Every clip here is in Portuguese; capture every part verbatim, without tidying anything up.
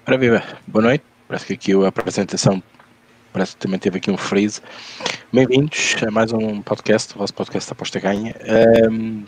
Ora viva, boa noite. Parece que aqui a apresentação parece que também teve aqui um freeze. Bem-vindos a mais um podcast, o vosso podcast Aposta Ganha. Um,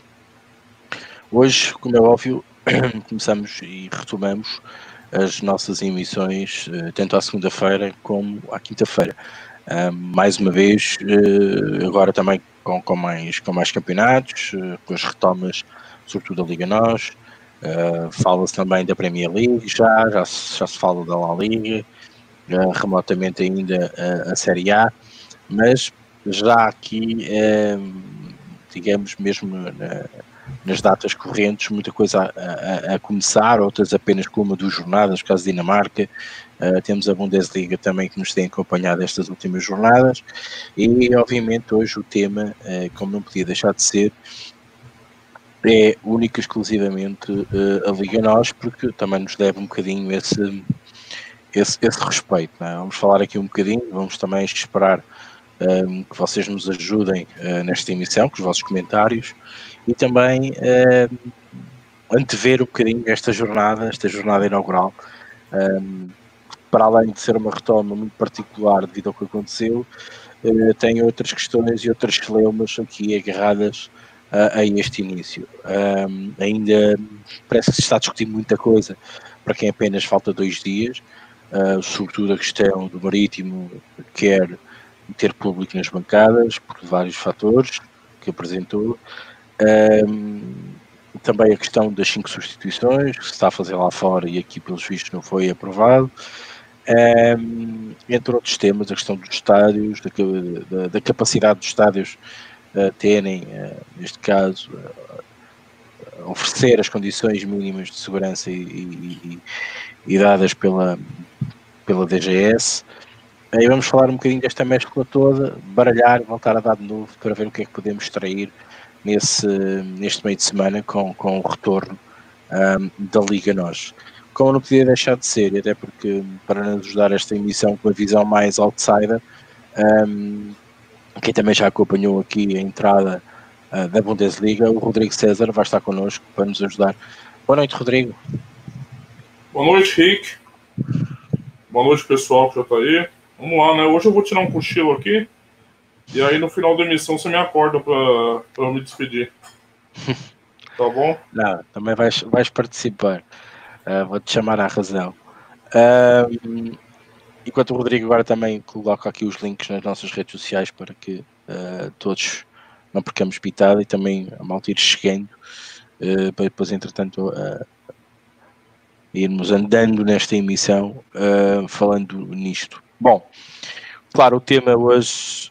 hoje, como é óbvio, começamos e retomamos as nossas emissões uh, tanto à segunda-feira como à quinta-feira. Uh, mais uma vez, uh, agora também com, com, mais, com mais campeonatos, uh, com as retomas, sobretudo da Liga Nós. Uh, fala-se também da Premier League, já, já, já se fala da La Liga, uh, remotamente ainda uh, a Série A, mas já aqui, uh, digamos mesmo na, nas datas correntes, muita coisa a, a, a começar, outras apenas com uma duas jornadas, caso Dinamarca. Uh, temos a Bundesliga também que nos tem acompanhado estas últimas jornadas e obviamente hoje o tema, uh, como não podia deixar de ser, é única e exclusivamente uh, a Liga Nós, porque também nos deve um bocadinho esse, esse, esse respeito. Não é? Vamos falar aqui um bocadinho, vamos também esperar um, que vocês nos ajudem uh, nesta emissão, com os vossos comentários, e também uh, antever um bocadinho esta jornada, esta jornada inaugural, um, para além de ser uma retoma muito particular devido ao que aconteceu, uh, tem outras questões e outras celeumas aqui agarradas a este início. Um, ainda parece que se está a discutir muita coisa para quem apenas falta dois dias, uh, sobretudo a questão do Marítimo que quer ter público nas bancadas por vários fatores que apresentou. Um, também a questão das cinco substituições que se está a fazer lá fora e aqui pelos vistos não foi aprovado. Um, entre outros temas, a questão dos estádios, da, da, da capacidade dos estádios Uh, terem, uh, neste caso, uh, oferecer as condições mínimas de segurança e, e, e, e dadas pela, pela D G S. E uh, vamos falar um bocadinho desta mescla toda, baralhar, voltar a dar de novo para ver o que é que podemos extrair nesse, neste meio de semana com, com o retorno um, da Liga Nós. Como não podia deixar de ser, até porque para nos ajudar esta emissão com a visão mais outsider, um, quem também já acompanhou aqui a entrada uh, da Bundesliga, o Rodrigo César vai estar connosco para nos ajudar. Boa noite, Rodrigo. Boa noite, Rick. Boa noite, pessoal que já está aí. Vamos lá, né? Hoje eu vou tirar um cochilo aqui e aí no final da emissão você me acorda para eu me despedir. Tá bom? Não, também vais, vais participar. Uh, vou-te chamar à razão. Uh, enquanto o Rodrigo agora também coloca aqui os links nas nossas redes sociais para que uh, todos não percamos pitada e também a malta ir chegando uh, para depois, entretanto, uh, irmos andando nesta emissão uh, falando nisto. Bom, claro, o tema hoje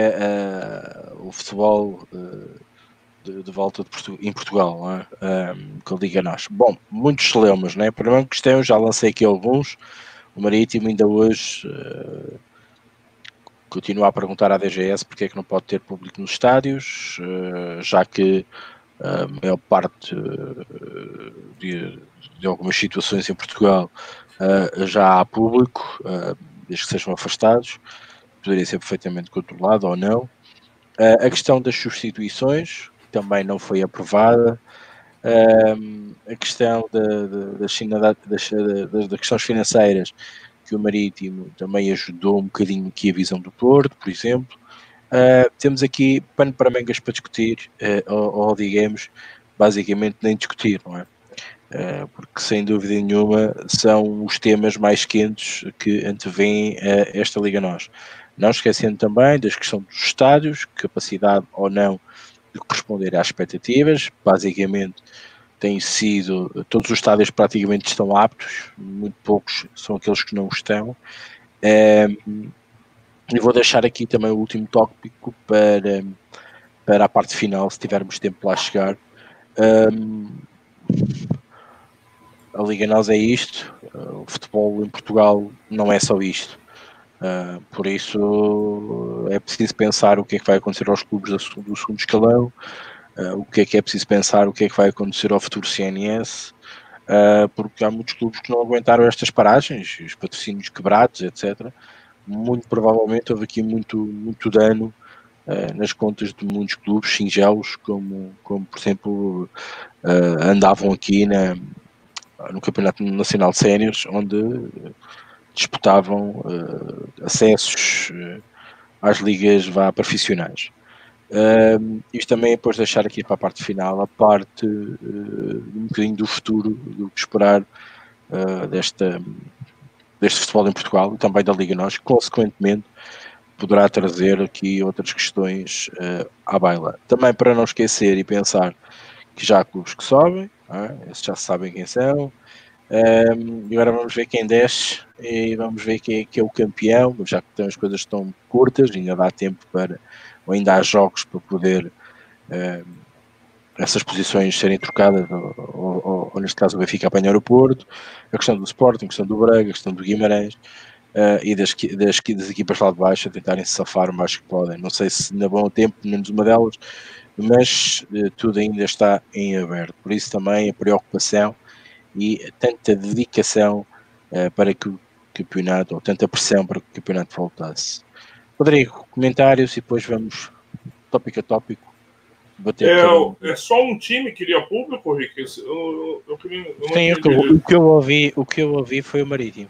é uh, o futebol uh, de, de volta de Portu em Portugal, não é? um, que eu digo a nós. Bom, muitos celeumas, não é? Primeiro questão, já lancei aqui alguns. O Marítimo ainda hoje uh, continua a perguntar à D G S porque é que não pode ter público nos estádios, uh, já que a maior parte uh, de, de algumas situações em Portugal uh, já há público, uh, desde que sejam afastados, poderia ser perfeitamente controlado ou não. Uh, a questão das substituições também não foi aprovada. Um, a questão da, da, das, das, das, das questões financeiras, que o Marítimo também ajudou um bocadinho aqui a visão do Porto, por exemplo. Uh, temos aqui pano para mangas para discutir, uh, ou, ou digamos, basicamente nem discutir, não é? Uh, porque sem dúvida nenhuma são os temas mais quentes que antevêm uh, esta Liga Nós. Não esquecendo também das questões dos estádios, capacidade ou não de corresponder às expectativas. Basicamente têm sido, todos os estádios praticamente estão aptos, muito poucos são aqueles que não estão. Um, e vou deixar aqui também o último tópico para, para a parte final, se tivermos tempo lá chegar. Um, a Liga Nós é isto, o futebol em Portugal não é só isto. Uh, por isso é preciso pensar o que é que vai acontecer aos clubes do, do segundo escalão, uh, o que é que é preciso pensar, o que é que vai acontecer ao futuro C N S, uh, porque há muitos clubes que não aguentaram estas paragens, os patrocínios quebrados, etcétera. Muito provavelmente houve aqui muito, muito dano uh, nas contas de muitos clubes singelos, como, como por exemplo uh, andavam aqui na, no Campeonato Nacional de Séniores, onde disputavam uh, acessos uh, às ligas vá profissionais. Uh, isto também é depois deixar aqui para a parte final a parte uh, um bocadinho do futuro, do que esperar uh, desta, deste futebol em Portugal e também da Liga Nós, que consequentemente poderá trazer aqui outras questões uh, à baila. Também para não esquecer e pensar que já há clubes que sobem, é? Esses já sabem quem são. Um, e agora vamos ver quem desce e vamos ver quem é, que é o campeão, já que as coisas estão curtas, ainda dá tempo para, ou ainda há jogos para poder um, essas posições serem trocadas, ou, ou, ou neste caso o Benfica apanhar o Porto, a questão do Sporting, a questão do Braga, a questão do Guimarães uh, e das, das, das equipas lá de baixo a tentarem se safar o mais que podem. Não sei se ainda vão a tempo, menos uma delas, mas uh, tudo ainda está em aberto, por isso também a preocupação e tanta dedicação uh, para que o campeonato, ou tanta pressão para que o campeonato voltasse. Rodrigo, comentários e depois vamos tópico a tópico. Bater é, é só um time que queria público, Rick? Eu, eu, eu, queria, eu Sim, o que, eu, o, que eu ouvi, o que eu ouvi foi o Marítimo.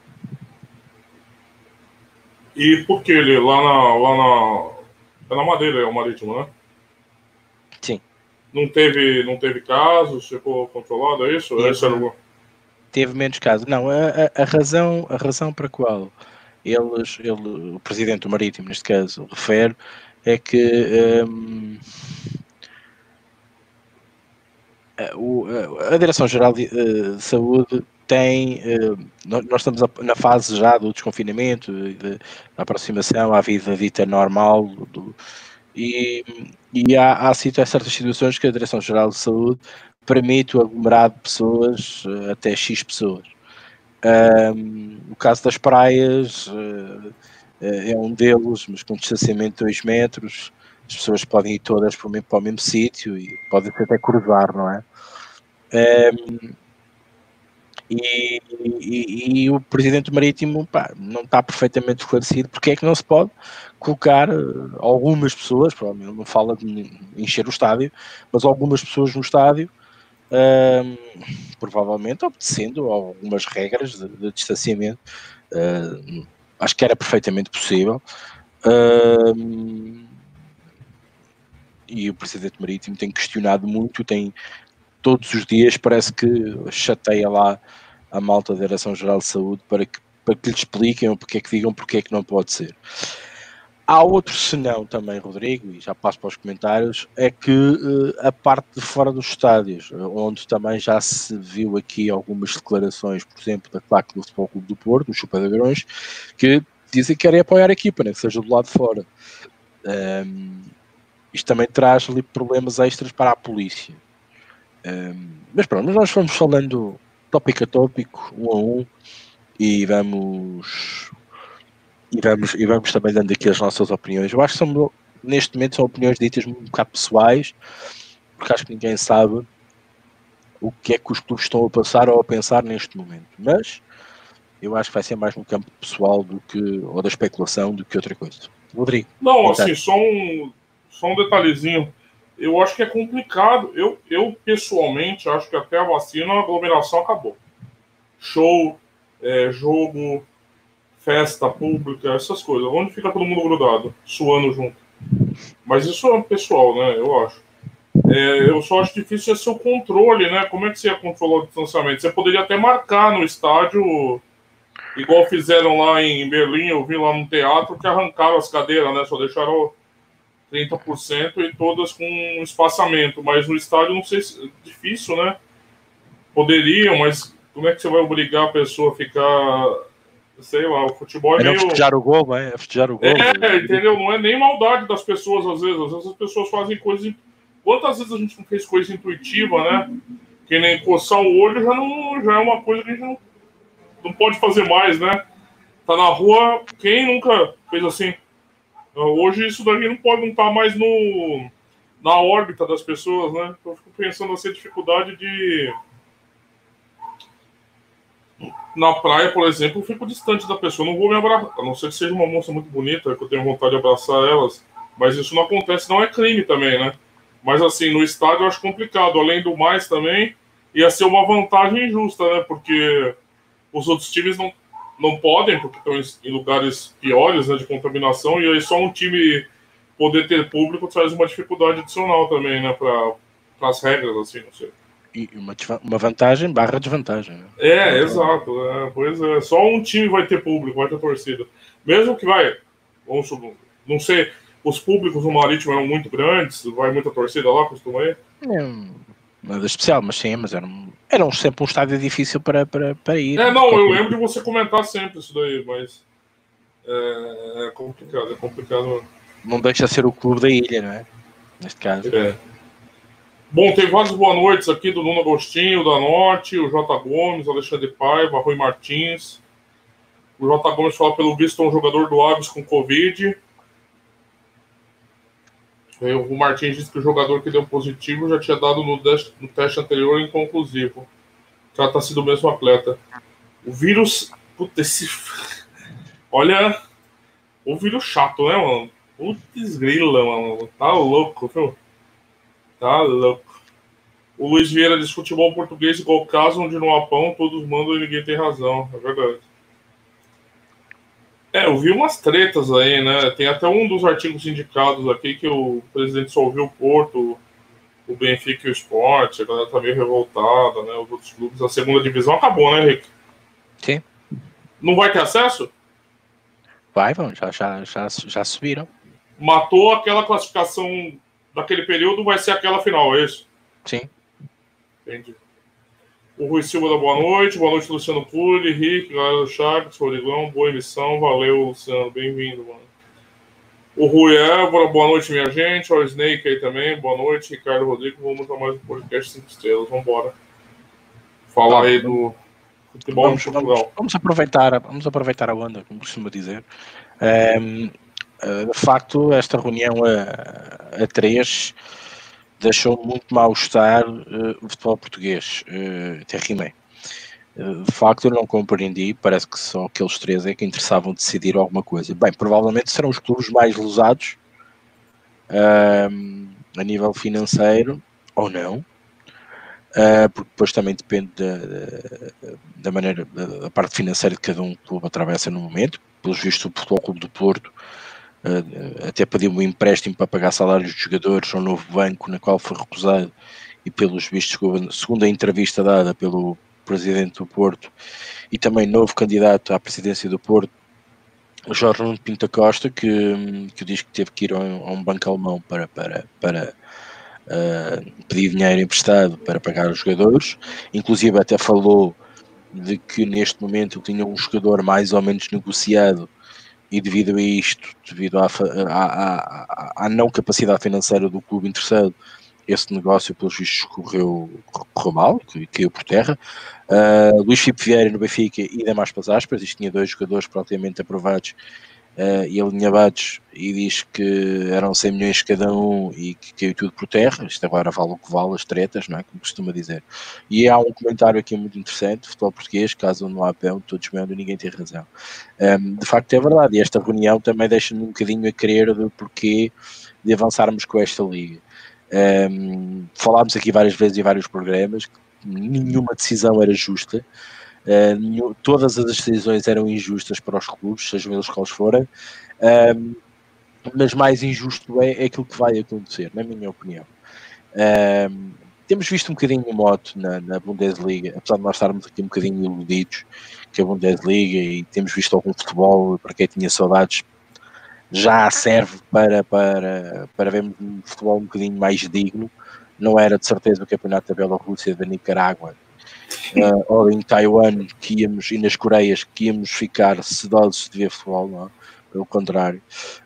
E por que ele? Lá na, lá na, é na Madeira, é o Marítimo, né? Sim. Não teve, não teve casos, ficou controlado, é isso? Teve, Esse era o... teve menos casos. Não, a, a, a, razão, a razão para a qual eles, ele, o presidente do Marítimo, neste caso, refere, é que um, a, a Direção-Geral de uh, Saúde tem, uh, nós estamos na fase já do desconfinamento, de, da aproximação à vida dita normal, do, e, e há, há, há certas situações que a Direção-Geral de Saúde permite o aglomerado de pessoas, uh, até X pessoas. Um, o caso das praias uh, é um deles, mas com distanciamento de dois metros, as pessoas podem ir todas para o mesmo, para o mesmo sítio e podem até cruzar, não é? Um, e, e, e o presidente do Marítimo, pá, não está perfeitamente esclarecido porque é que não se pode colocar algumas pessoas, provavelmente não fala de encher o estádio, mas algumas pessoas no estádio, um, provavelmente obedecendo a algumas regras de, de distanciamento. Uh, acho que era perfeitamente possível. Uh, e o presidente Marítimo tem questionado muito, tem todos os dias, parece que chateia lá a malta da Direção-Geral de Saúde para que, para que lhe expliquem ou porque é que digam porque é que não pode ser. Há outro senão também, Rodrigo, e já passo para os comentários, é que uh, a parte de fora dos estádios, onde também já se viu aqui algumas declarações, por exemplo, da claque do Futebol Clube do Porto, os Chupadrões, que dizem que querem apoiar a equipa, né, que seja do lado de fora. Um, isto também traz ali problemas extras para a polícia. Um, mas pronto, nós vamos falando tópico a tópico, um a um, e vamos... E vamos, e vamos também dando aqui as nossas opiniões. Eu acho que são, neste momento são opiniões ditas um bocado pessoais, porque acho que ninguém sabe o que é que os clubes estão a passar ou a pensar neste momento. Mas eu acho que vai ser mais no campo pessoal do que, ou da especulação do que outra coisa. Rodrigo. Não, assim, só um, só um detalhezinho. Eu acho que é complicado. Eu, eu pessoalmente acho que até a vacina a aglomeração acabou. Show, é, jogo, festa pública, essas coisas. Onde fica todo mundo grudado, suando junto. Mas isso é pessoal, né? Eu acho. É, eu só acho difícil esse seu controle, né? Como é que você ia controlar o distanciamento? Você poderia até marcar no estádio, igual fizeram lá em Berlim, eu vi lá no teatro, que arrancaram as cadeiras, né? Só deixaram trinta por cento e todas com espaçamento. Mas no estádio, não sei se é difícil, né? Poderiam, mas como é que você vai obrigar a pessoa a ficar... Sei lá, o futebol é, é meio... É festejar o gol, é? É festejar o gol. É, entendeu? Não é nem maldade das pessoas, às vezes. Às vezes as pessoas fazem coisas... Quantas vezes a gente não fez coisa intuitiva, né? Que nem coçar o olho já, não, já é uma coisa que a gente não, não pode fazer mais, né? Tá na rua, quem nunca fez assim? Hoje isso daqui não pode não estar mais no, na órbita das pessoas, né? Eu fico pensando assim, a dificuldade de... Na praia, por exemplo, eu fico distante da pessoa, não vou me abraçar, a não ser que seja uma moça muito bonita, que eu tenho vontade de abraçar elas, mas isso não acontece, não é crime também, né? Mas assim, no estádio eu acho complicado, além do mais também, ia ser uma vantagem injusta, né? Porque os outros times não, não podem, porque estão em lugares piores, né, de contaminação, e aí só um time poder ter público traz uma dificuldade adicional também, né, para as regras, assim, não sei. E uma, uma vantagem barra desvantagem. Né? É, exato. É, pois é, só um time vai ter público, vai ter torcida. Mesmo que vai, vamos supor, não sei, os públicos no Marítimo eram muito grandes, vai muita torcida lá, costuma ir? Não, nada especial, mas sim, mas era, um, era um, sempre um estádio difícil para, para, para ir. É, não, eu lembro de você comentar sempre isso daí, mas é, é complicado, é complicado. Não deixa de ser o clube da ilha, não é? Neste caso. É. Bom, tem várias boas noites aqui do Nuno Agostinho, da Norte, o J. Gomes, Alexandre Paiva, Rui Martins. O J. Gomes fala pelo visto um jogador do Aves com Covid. O Martins disse que o jogador que deu positivo já tinha dado no teste, no teste anterior inconclusivo. Trata-se do mesmo atleta. O vírus... Puta, esse... Olha... O vírus chato, né, mano? Putz grila, mano. Tá louco, viu? Tá louco. O Luiz Vieira diz futebol português igual caso onde não há pão, todos mandam e ninguém tem razão. É verdade. É, eu vi umas tretas aí, né? Tem até um dos artigos indicados aqui que o presidente só ouviu o Porto, o Benfica e o Sport. A galera tá meio revoltada, né? Os outros clubes. A segunda divisão acabou, né, Henrique? Sim. Não vai ter acesso? Vai, vão, já, já, já, já subiram. Matou aquela classificação daquele período, vai ser aquela final, é isso? Sim. Entendi. O Rui Silva da boa noite. Boa noite, Luciano Pulli, Henrique, galera do Chaves, Rodrigão, boa emissão. Valeu, Luciano. Bem-vindo, mano. O Rui Évora, boa noite, minha gente. O Snake aí também, boa noite. Ricardo Rodrigo, vamos a mais um podcast cinco estrelas. Vambora. Falar tá, aí do futebol vamos, em Portugal. Vamos, vamos, aproveitar, vamos aproveitar a onda, como costuma dizer. Um, uh, de facto, esta reunião a, a três deixou muito mal-estar uh, o futebol português, uh, até rimei. Uh, de facto, eu não compreendi, parece que só aqueles três é que interessavam decidir alguma coisa. Bem, provavelmente serão os clubes mais lesados uh, a nível financeiro, ou não, uh, porque depois também depende da, da, da maneira, da, da parte financeira que cada um clube atravessa no momento. Pelos vistos, o Futebol Clube do Porto Uh, até pediu um empréstimo para pagar salários de jogadores ao novo banco, na qual foi recusado, e pelos vistos, segundo a entrevista dada pelo presidente do Porto e também novo candidato à presidência do Porto, Jorge Nuno Pinto Costa, que, que diz que teve que ir a um, a um banco alemão para, para, para uh, pedir dinheiro emprestado para pagar os jogadores, inclusive até falou de que neste momento tinha um jogador mais ou menos negociado, e devido a isto, devido à, à, à, à não capacidade financeira do clube interessado, esse negócio pelos vistos correu, correu mal, caiu por terra. Uh, Luís Filipe Vieira no Benfica e demais para as aspas, isto tinha dois jogadores praticamente aprovados uh, e alinhavados, e diz que eram cem milhões cada um e que caiu tudo por terra. Isto agora vale o que vale, as tretas, não é? Como costuma dizer. E há um comentário aqui muito interessante: futebol português, caso não há pão, todos mandam e ninguém tem razão. Um, de facto é verdade, e esta reunião também deixa-me um bocadinho a crer do porquê de avançarmos com esta liga. Um, falámos aqui várias vezes em vários programas que nenhuma decisão era justa. Uh, nenhum, todas as decisões eram injustas para os clubes, sejam eles quais forem, um, mas mais injusto é, é aquilo que vai acontecer, na minha opinião. Um, temos visto um bocadinho o moto na, na Bundesliga, apesar de nós estarmos aqui um bocadinho iludidos que a Bundesliga, e temos visto algum futebol, para quem tinha saudades, já serve para, para, para vermos um futebol um bocadinho mais digno. Não era de certeza o campeonato da Bielorrússia, da Nicarágua, Uh, ou em Taiwan, que íamos, e nas Coreias, que íamos ficar sedosos de ver futebol, não é? Pelo contrário.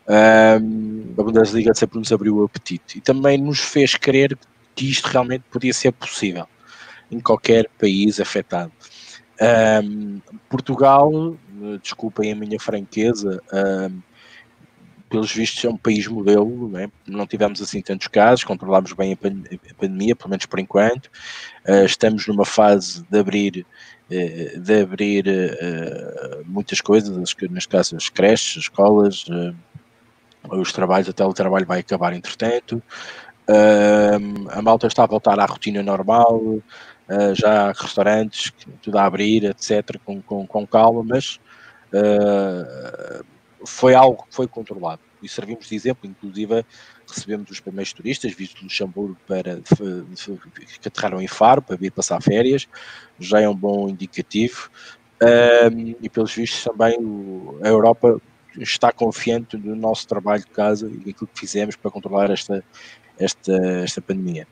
Um, a Bundesliga sempre nos abriu o apetite e também nos fez crer que isto realmente podia ser possível em qualquer país afetado. Um, Portugal, desculpem a minha franqueza, um, pelos vistos é um país modelo, não é? Não tivemos assim tantos casos, controlámos bem a, pan a pandemia, pelo menos por enquanto. Uh, estamos numa fase de abrir, uh, de abrir uh, muitas coisas, neste caso as creches, as escolas, uh, os trabalhos, até o trabalho vai acabar entretanto. Uh, a malta está a voltar à rotina normal. uh, já há restaurantes, tudo a abrir, etcétera, com, com, com calma, mas uh, foi algo que foi controlado. E servimos de exemplo, inclusive recebemos os primeiros turistas vindos de Luxemburgo para, de, de, de, que aterraram em Faro para vir passar férias, já é um bom indicativo. Um, e pelos vistos também o, a Europa está confiante no nosso trabalho de casa e daquilo que fizemos para controlar esta, esta, esta pandemia.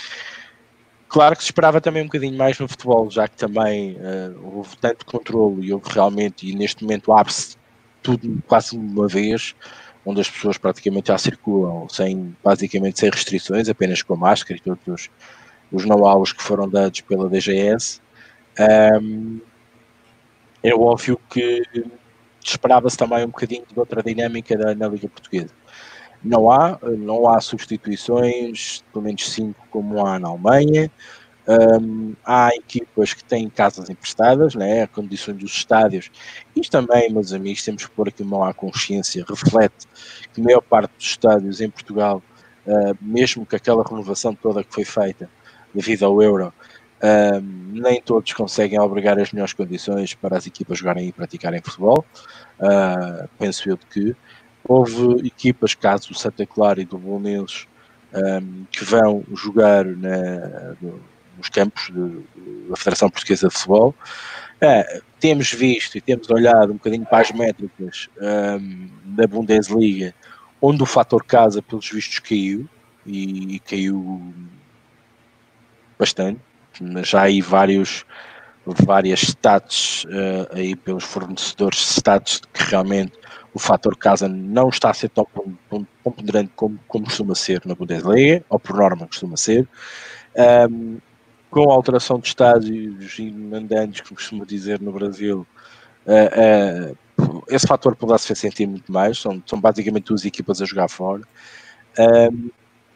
Claro que se esperava também um bocadinho mais no futebol, já que também uh, houve tanto controle e houve realmente, e neste momento abre-se tudo quase uma vez, onde as pessoas praticamente já circulam sem, basicamente sem restrições, apenas com a máscara e todos os, os know-hows que foram dados pela D G S. Um, é óbvio que esperava-se também um bocadinho de outra dinâmica da, na Liga Portuguesa. Não há, não há substituições, pelo menos cinco como há na Alemanha. Um, há equipas que têm casas emprestadas, né? A condições dos estádios. Isto também, meus amigos, temos que pôr aqui uma à consciência, reflete que a maior parte dos estádios em Portugal, uh, mesmo que aquela renovação toda que foi feita devido ao Euro, uh, nem todos conseguem obrigar as melhores condições para as equipas jogarem e praticarem futebol. Uh, penso eu de que houve equipas, caso do Santa Clara e do Bolonenses, um, que vão jogar na, nos campos de, da Federação Portuguesa de Futebol. Uh, temos visto e temos olhado um bocadinho para as métricas um, da Bundesliga, onde o fator casa, pelos vistos, caiu, e, e caiu bastante. Já há aí vários, várias stats uh, aí pelos fornecedores de stats que realmente o fator casa não está a ser tão ponderante como, como costuma ser na Bundesliga, ou por norma costuma ser. Um, com a alteração de estádios e mandantes, como costuma dizer no Brasil, uh, uh, esse fator poderá se sentir muito mais. São, são basicamente duas equipas a jogar fora. Um,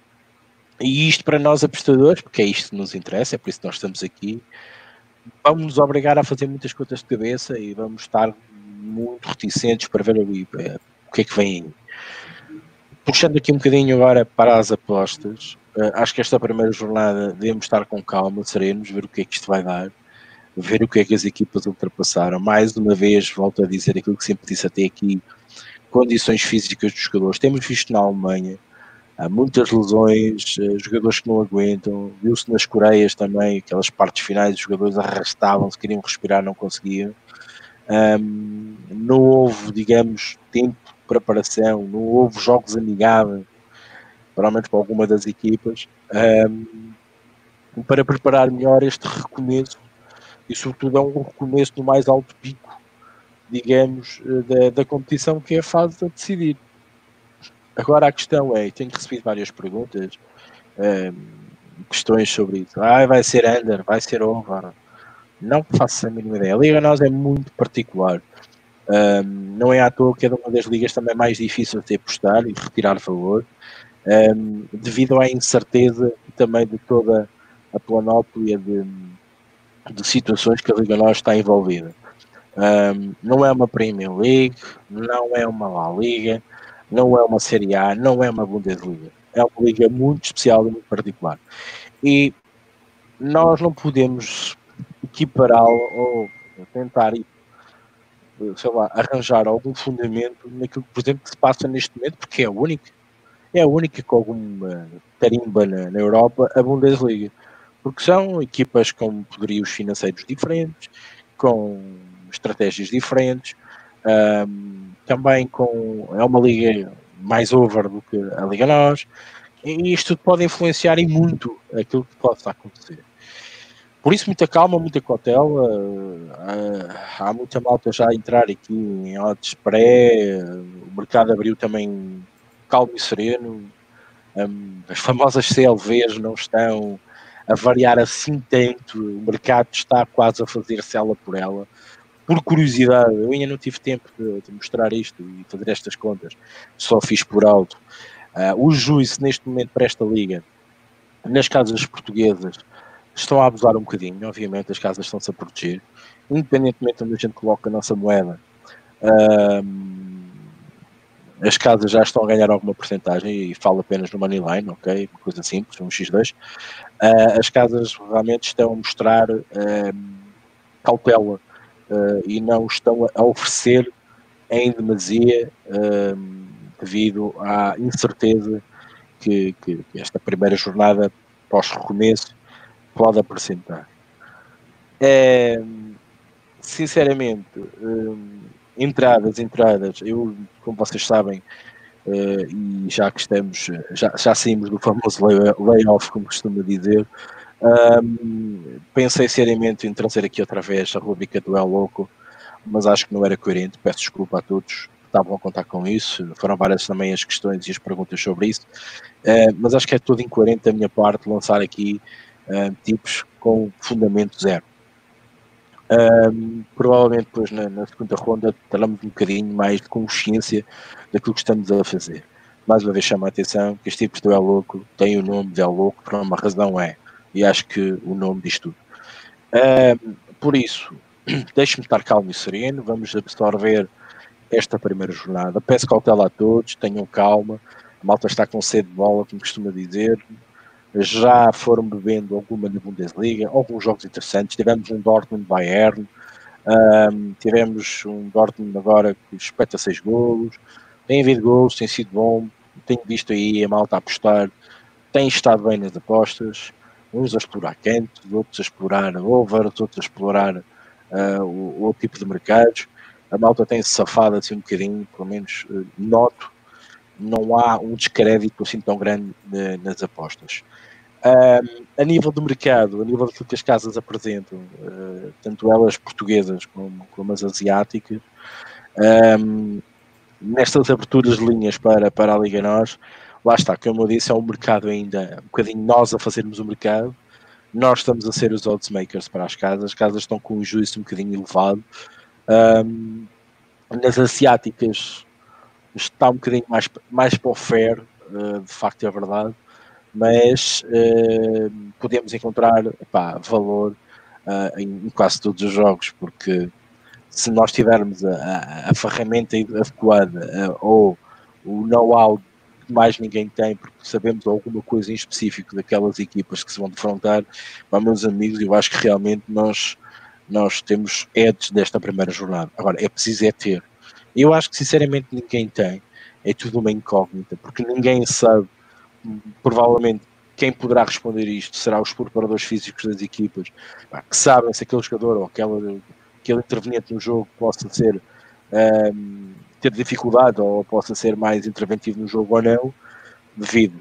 e isto para nós apostadores, porque é isto que nos interessa, é por isso que nós estamos aqui, vamos nos obrigar a fazer muitas contas de cabeça e vamos estar muito reticentes para ver ali o que é que vem aí. Puxando aqui um bocadinho agora para as apostas, uh, acho que esta primeira jornada devemos estar com calma, serenos, ver o que é que isto vai dar, ver o que é que as equipas ultrapassaram. Mais uma vez, volto a dizer aquilo que sempre disse até aqui, condições físicas dos jogadores. Temos visto na Alemanha, há muitas lesões, uh, jogadores que não aguentam, viu-se nas Coreias também, aquelas partes finais, os jogadores arrastavam-se, queriam respirar, não conseguiam. Um, não houve, digamos, tempo de preparação, não houve jogos amigáveis, provavelmente para alguma das equipas, um, para preparar melhor este recomeço, e sobretudo é um recomeço no mais alto pico, digamos, da, da competição, que é a fase a decidir. Agora a questão é, tenho recebido várias perguntas, um, questões sobre isso. Ah, vai ser under, vai ser over. Não faço a mínima ideia. A Liga Nós é muito particular. Um, não é à toa que é uma das ligas também mais difíceis de apostar e de retirar valor, um, devido à incerteza e também de toda a planóplia de, de situações que a Liga Nós está envolvida. Um, não é uma Premier League, não é uma La Liga, não é uma Série A, não é uma Bundesliga. É uma liga muito especial e muito particular. E nós não podemos equipará-lo ou tentar, sei lá, arranjar algum fundamento naquilo, por exemplo, que se passa neste momento, porque é a única, é a única com alguma tarimba na, na Europa, a Bundesliga. Porque são equipas com poderios financeiros diferentes, com estratégias diferentes, um, também com, é uma liga mais over do que a Liga Nós, e isto pode influenciar e muito aquilo que possa acontecer. Por isso, muita calma, muita cautela. Há muita malta já a entrar aqui em odds pré. O mercado abriu também calmo e sereno. As famosas C L Vs não estão a variar assim tanto. O mercado está quase a fazer-se ela por ela. Por curiosidade, eu ainda não tive tempo de, de mostrar isto e fazer estas contas. Só fiz por alto. O juízo neste momento para esta liga, nas casas portuguesas, estão a abusar um bocadinho. Obviamente as casas estão-se a proteger, independentemente de onde a gente coloca a nossa moeda. Um, as casas já estão a ganhar alguma porcentagem e falo apenas no Moneyline, ok? Uma coisa simples, um xis dois. Uh, as casas realmente estão a mostrar uh, cautela uh, e não estão a oferecer em demasia uh, devido à incerteza que, que, que esta primeira jornada pós-recomeço pode apresentar. É, sinceramente, uh, entradas, entradas, eu, como vocês sabem, uh, e já que estamos, já, já saímos do famoso layoff, como costuma dizer, um, pensei seriamente em trazer aqui outra vez a rubrica do El Louco, mas acho que não era coerente, peço desculpa a todos que estavam a contar com isso, foram várias também as questões e as perguntas sobre isso, uh, mas acho que é todo incoerente da minha parte lançar aqui uh, tipos com fundamento zero. Um, provavelmente depois na, na segunda ronda teremos um bocadinho mais de consciência daquilo que estamos a fazer. Mais uma vez chamo a atenção que os tipos do El Louco têm o nome de El Louco por uma razão é, e acho que o nome diz tudo. Um, por isso, deixe-me estar calmo e sereno, vamos absorver esta primeira jornada. Peço cautela a todos, tenham calma, a malta está com sede de bola, como costuma dizer. Já foram bebendo alguma na Bundesliga, alguns jogos interessantes. Tivemos um Dortmund-Bayern, um, tivemos um Dortmund agora que espeta seis golos. Tem havido golos, tem sido bom. Tenho visto aí a malta a apostar. Tem estado bem nas apostas. Uns a explorar cantos, outros a explorar overs, outros a explorar uh, o, o outro tipo de mercados. A malta tem-se safado assim um bocadinho, pelo menos uh, noto. Não há um descrédito assim tão grande uh, nas apostas. Um, a nível do mercado, a nível daquilo que as casas apresentam, uh, tanto elas portuguesas como, como as asiáticas, um, nestas aberturas de linhas para, para a Liga Nós, lá está, como eu disse, é um mercado ainda, um bocadinho nós a fazermos o mercado, nós estamos a ser os odds makers para as casas, as casas estão com um juízo um bocadinho elevado. Um, nas asiáticas está um bocadinho mais, mais para o fair, uh, de facto é verdade, mas uh, podemos encontrar epá, valor uh, em, em quase todos os jogos, porque se nós tivermos a, a, a ferramenta adequada uh, ou o know-how que mais ninguém tem, porque sabemos alguma coisa em específico daquelas equipas que se vão defrontar, pá, meus amigos, eu acho que realmente nós, nós temos edges desta primeira jornada. Agora, é preciso é ter. Eu acho que sinceramente ninguém tem, é tudo uma incógnita, porque ninguém sabe. Provavelmente quem poderá responder isto será os preparadores físicos das equipas, que sabem se aquele jogador ou aquele, aquele interveniente no jogo possa ser um, ter dificuldade ou possa ser mais interventivo no jogo ou não, devido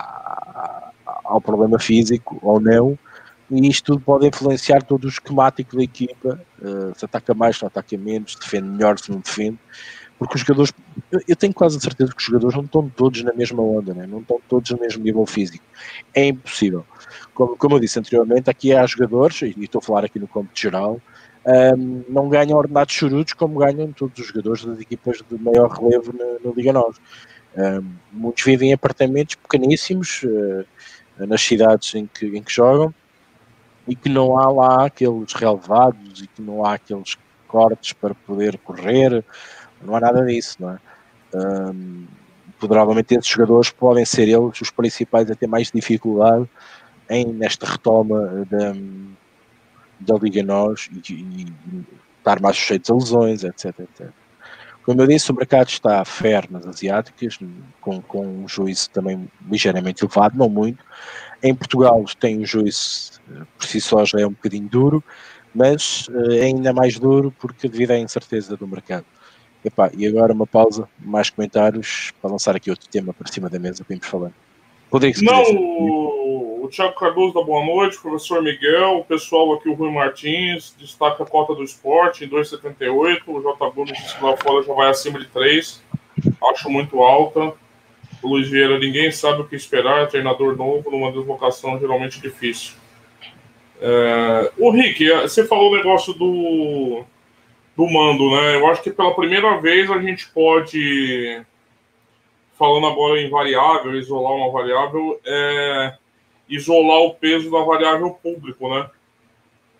a, ao problema físico ou não, e isto tudo pode influenciar todo o esquemático da equipa, uh, se ataca mais, se ataca menos, se defende melhor, se não defende. Porque os jogadores, eu tenho quase a certeza que os jogadores não estão todos na mesma onda, né? Não estão todos no mesmo nível físico. É impossível. Como, como eu disse anteriormente, aqui há jogadores, e estou a falar aqui no cômputo geral, um, não ganham ordenados chorudos como ganham todos os jogadores das equipas de maior relevo na, na Liga Nós. Um, muitos vivem em apartamentos pequeníssimos, uh, nas cidades em que, em que jogam, e que não há lá aqueles relevados, e que não há aqueles cortes para poder correr. Não há nada disso, não é? Um, provavelmente esses jogadores podem ser eles os principais a ter mais dificuldade em, nesta retoma da, da Liga Nós e, e, e estar mais sujeitos a lesões, etc, etcétera. Como eu disse, o mercado está fair nas asiáticas, com, com um juízo também ligeiramente elevado, não muito. Em Portugal tem um juízo, por si só já é um bocadinho duro, mas é ainda mais duro porque devido à incerteza do mercado. Epá, e agora uma pausa, mais comentários para lançar aqui outro tema para cima da mesa para irmos falando. Rodrigo, se Não, o, o Thiago Cardoso dá boa noite, o professor Miguel, o pessoal aqui, o Rui Martins, destaca a cota do esporte em dois vírgula setenta e oito, o J. Bruno disse que lá fora já vai acima de três, acho muito alta. O Luiz Vieira, ninguém sabe o que esperar, treinador novo numa deslocação geralmente difícil. É, o Rick, você falou o negócio do... do mando, né? Eu acho que pela primeira vez a gente pode, falando agora em variável, isolar uma variável, é isolar o peso da variável público, né?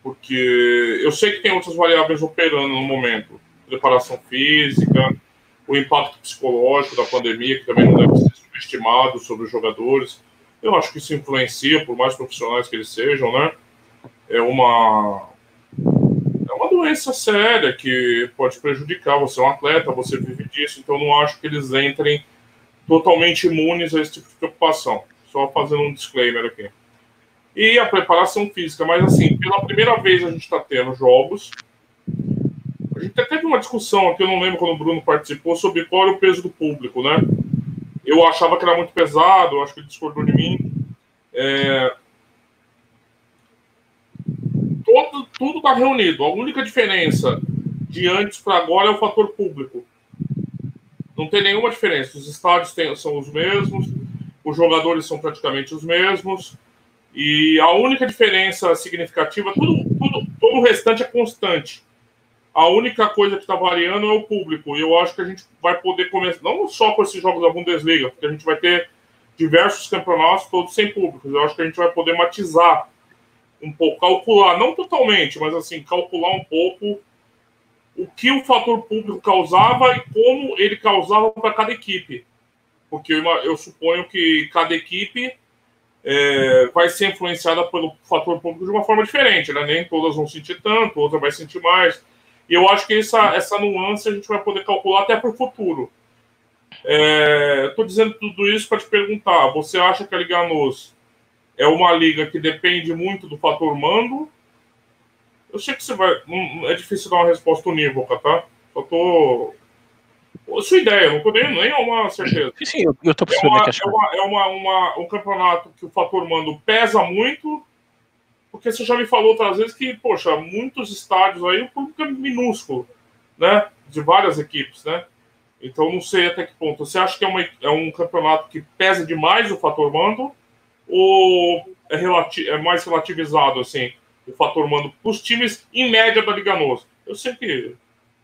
Porque eu sei que tem outras variáveis operando no momento. Preparação física, o impacto psicológico da pandemia, que também não deve ser subestimado sobre os jogadores. Eu acho que isso influencia, por mais profissionais que eles sejam, né? É uma, é uma doença séria que pode prejudicar. Você é um atleta, você vive disso, então eu não acho que eles entrem totalmente imunes a esse tipo de preocupação. Só fazendo um disclaimer aqui. E a preparação física, mas assim, pela primeira vez a gente está tendo jogos. A gente até teve uma discussão aqui, eu não lembro quando o Bruno participou, sobre qual era o peso do público, né? Eu achava que era muito pesado, eu acho que ele discordou de mim. É... Todo, tudo está reunido. A única diferença de antes para agora é o fator público. Não tem nenhuma diferença. Os estádios tem, são os mesmos, os jogadores são praticamente os mesmos, e a única diferença significativa, tudo, tudo, todo o restante é constante. A única coisa que está variando é o público. E eu acho que a gente vai poder começar, não só com esses jogos da Bundesliga, porque a gente vai ter diversos campeonatos todos sem públicos. Eu acho que a gente vai poder matizar um pouco, calcular, não totalmente, mas assim, calcular um pouco o que o fator público causava e como ele causava para cada equipe. Porque eu, eu suponho que cada equipe é, vai ser influenciada pelo fator público de uma forma diferente, né? Nem todas vão sentir tanto, outra vai sentir mais. E eu acho que essa, essa nuance a gente vai poder calcular até para o futuro. Estou é, dizendo tudo isso para te perguntar, você acha que a Liga Nos é uma liga que depende muito do fator mando? Eu sei que você vai... Não, é difícil dar uma resposta unívoca, tá? Só tô... A sua ideia, não tô nem, nem uma certeza. Sim, eu estou percebendo é uma, que acho... é, uma, é uma, uma, um campeonato que o fator mando pesa muito, porque você já me falou outras vezes que, poxa, muitos estádios aí, o público é minúsculo, né? De várias equipes, né? Então, não sei até que ponto. Você acha que é, uma, é um campeonato que pesa demais o fator mando? Ou é, relati é mais relativizado, assim, o fator mando para os times em média da Liga Nos? Eu sei que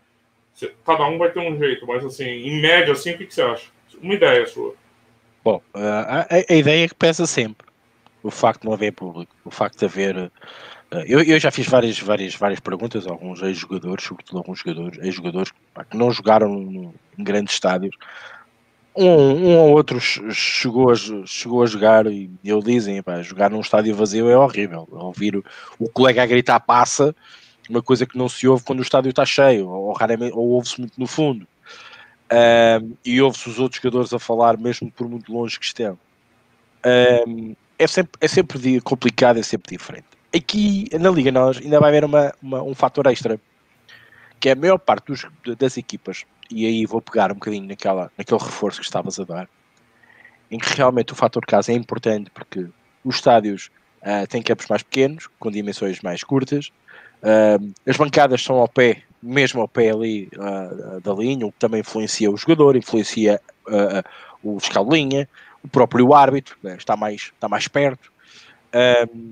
cada um vai ter um jeito, mas assim, em média, assim, o que, que você acha? Uma ideia sua. Bom, a, a ideia é que pesa sempre. O facto de não haver público, o facto de haver... Uh, eu, eu já fiz várias, várias, várias perguntas a alguns ex-jogadores, sobretudo alguns jogadores, ex-jogadores que não jogaram em grandes estádios. Um, um ou outro chegou a, chegou a jogar e eles dizem, pá, jogar num estádio vazio é horrível. Ouvir o, o colega a gritar passa, uma coisa que não se ouve quando o estádio está cheio, ou, raramente, ou ouve-se muito no fundo. Um, e ouve-se os outros jogadores a falar, mesmo por muito longe que estejam. Um, é, sempre, é sempre complicado, é sempre diferente. Aqui na Liga Nós ainda vai haver uma, uma, um fator extra, que é a maior parte dos, das equipas, e aí vou pegar um bocadinho naquela, naquele reforço que estavas a dar, em que realmente o fator casa é importante, porque os estádios uh, têm campos mais pequenos, com dimensões mais curtas, uh, as bancadas são ao pé, mesmo ao pé ali uh, da linha, o que também influencia o jogador, influencia uh, o fiscal de linha, o próprio árbitro, né, está, mais, está mais perto, uh,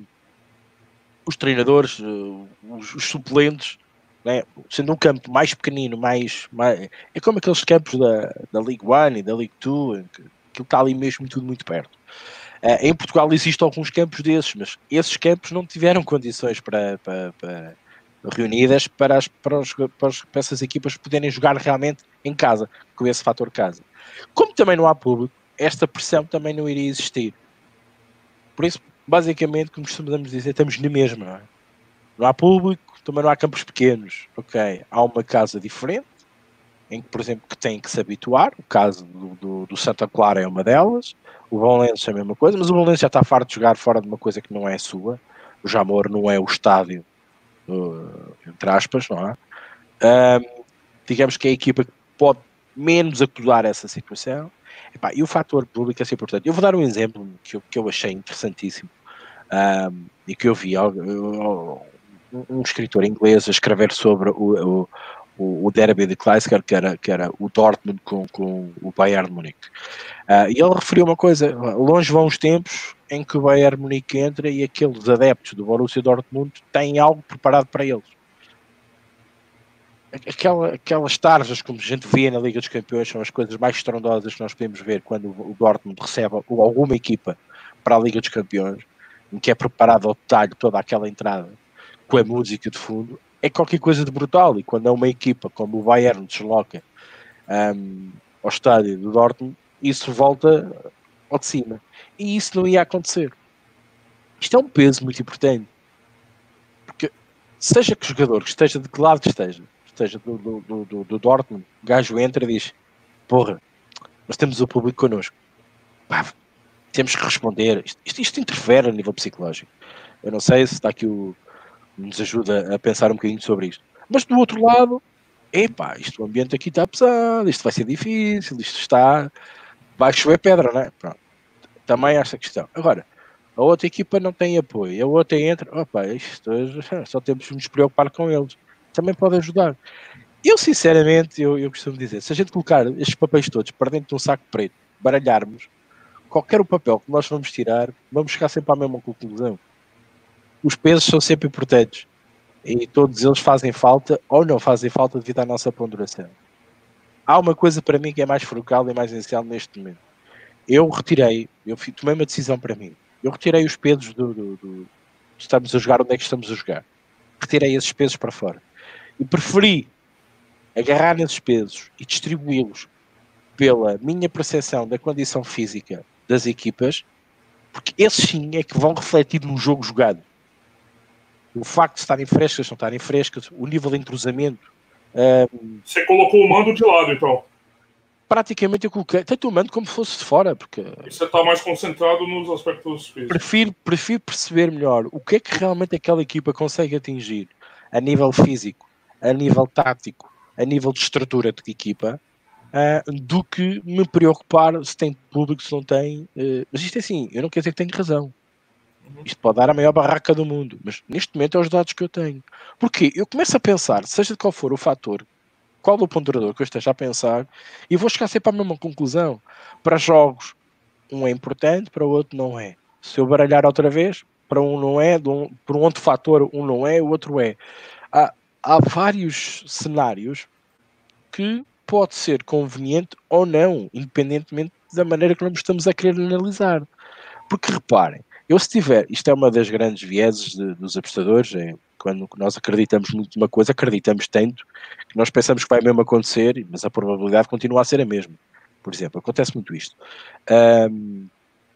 os treinadores, uh, os, os suplentes, né? Sendo um campo mais pequenino, mais, mais é como aqueles campos da, da League One e da League Two, que, que está ali mesmo tudo muito perto. Uh, em Portugal existem alguns campos desses, mas esses campos não tiveram condições para, para, para reunidas para, as, para, os, para, os, para essas equipas poderem jogar realmente em casa, com esse fator casa. Como também não há público, esta pressão também não iria existir. Por isso, basicamente, como costumamos dizer, estamos na mesma, não é? Não há público, também não há campos pequenos, ok? Há uma casa diferente, em que, por exemplo, que tem que se habituar. O caso do, do, do Santa Clara é uma delas, o Belenenses é a mesma coisa, mas o Belenenses já está farto de jogar fora de uma coisa que não é sua. O Jamor não é o estádio, uh, entre aspas, não é? Um, digamos que é a equipa que pode menos acusar essa situação. Epá, e o fator público é assim importante. Eu vou dar um exemplo que eu, que eu achei interessantíssimo, um, e que eu vi eu, eu, um escritor inglês a escrever sobre o, o, o derby de Clydesdale, que era, que era o Dortmund com, com o Bayern de Munique. Uh, e ele referiu uma coisa: longe vão os tempos em que o Bayern de Munique entra e aqueles adeptos do Borussia Dortmund têm algo preparado para eles. Aquela, aquelas tarjas, como a gente vê na Liga dos Campeões, são as coisas mais estrondosas que nós podemos ver quando o Dortmund recebe alguma equipa para a Liga dos Campeões, em que é preparado ao detalhe toda aquela entrada com a música de fundo. É qualquer coisa de brutal. E quando é uma equipa como o Bayern desloca um, ao estádio do Dortmund, isso volta ao de cima. E isso não ia acontecer. Isto é um peso muito importante. Porque seja que o jogador que esteja de que lado que esteja, esteja do, do, do, do Dortmund, o gajo entra e diz: porra, nós temos o público connosco. Pá, temos que responder. Isto, isto, isto interfere a nível psicológico. Eu não sei se está aqui o nos ajuda a pensar um bocadinho sobre isto. Mas do outro lado, epá, isto, o ambiente aqui está pesado, isto vai ser difícil, isto está... vai chover pedra, não é? Pronto. Também esta questão. Agora, a outra equipa não tem apoio, a outra entra, opa, isto, só temos de nos preocupar com eles. Também pode ajudar. Eu, sinceramente, eu, eu costumo dizer, se a gente colocar estes papéis todos para dentro de um saco preto, baralharmos, qualquer o papel que nós vamos tirar, vamos chegar sempre à mesma conclusão. Os pesos são sempre importantes e todos eles fazem falta ou não fazem falta devido à nossa ponderação. Há uma coisa para mim que é mais frugal e mais essencial neste momento. Eu retirei, eu tomei uma decisão para mim. Eu retirei os pesos do, do, do estamos a jogar, onde é que estamos a jogar. Retirei esses pesos para fora. E preferi agarrar nesses pesos e distribuí-los pela minha percepção da condição física das equipas, porque esses sim é que vão refletir no jogo jogado. O facto de estarem frescas, não estarem frescas, o nível de entrosamento. Um, Você colocou o mando de lado, então? Praticamente eu coloquei, tanto o mando como fosse de fora. Porque e você está mais concentrado nos aspectos físicos. Prefiro, prefiro perceber melhor o que é que realmente aquela equipa consegue atingir a nível físico, a nível tático, a nível de estrutura de equipa, uh, do que me preocupar se tem público, se não tem. Uh, mas isto é assim, eu não quero dizer que tenho razão. Isto pode dar a maior barraca do mundo, mas neste momento é os dados que eu tenho. Porque eu começo a pensar, seja de qual for o fator, qual o ponderador que eu esteja a pensar, e vou chegar sempre à mesma conclusão. Para jogos, um é importante, para o outro não é. Se eu baralhar outra vez, para um não é, um, por um outro fator, um não é, o outro é. Há, há vários cenários que pode ser conveniente ou não, independentemente da maneira que nós estamos a querer analisar. Porque reparem, eu se tiver, isto é uma das grandes vieses de, dos apostadores, é quando nós acreditamos muito numa coisa, acreditamos tanto que nós pensamos que vai mesmo acontecer, mas a probabilidade continua a ser a mesma. Por exemplo, acontece muito isto. Um,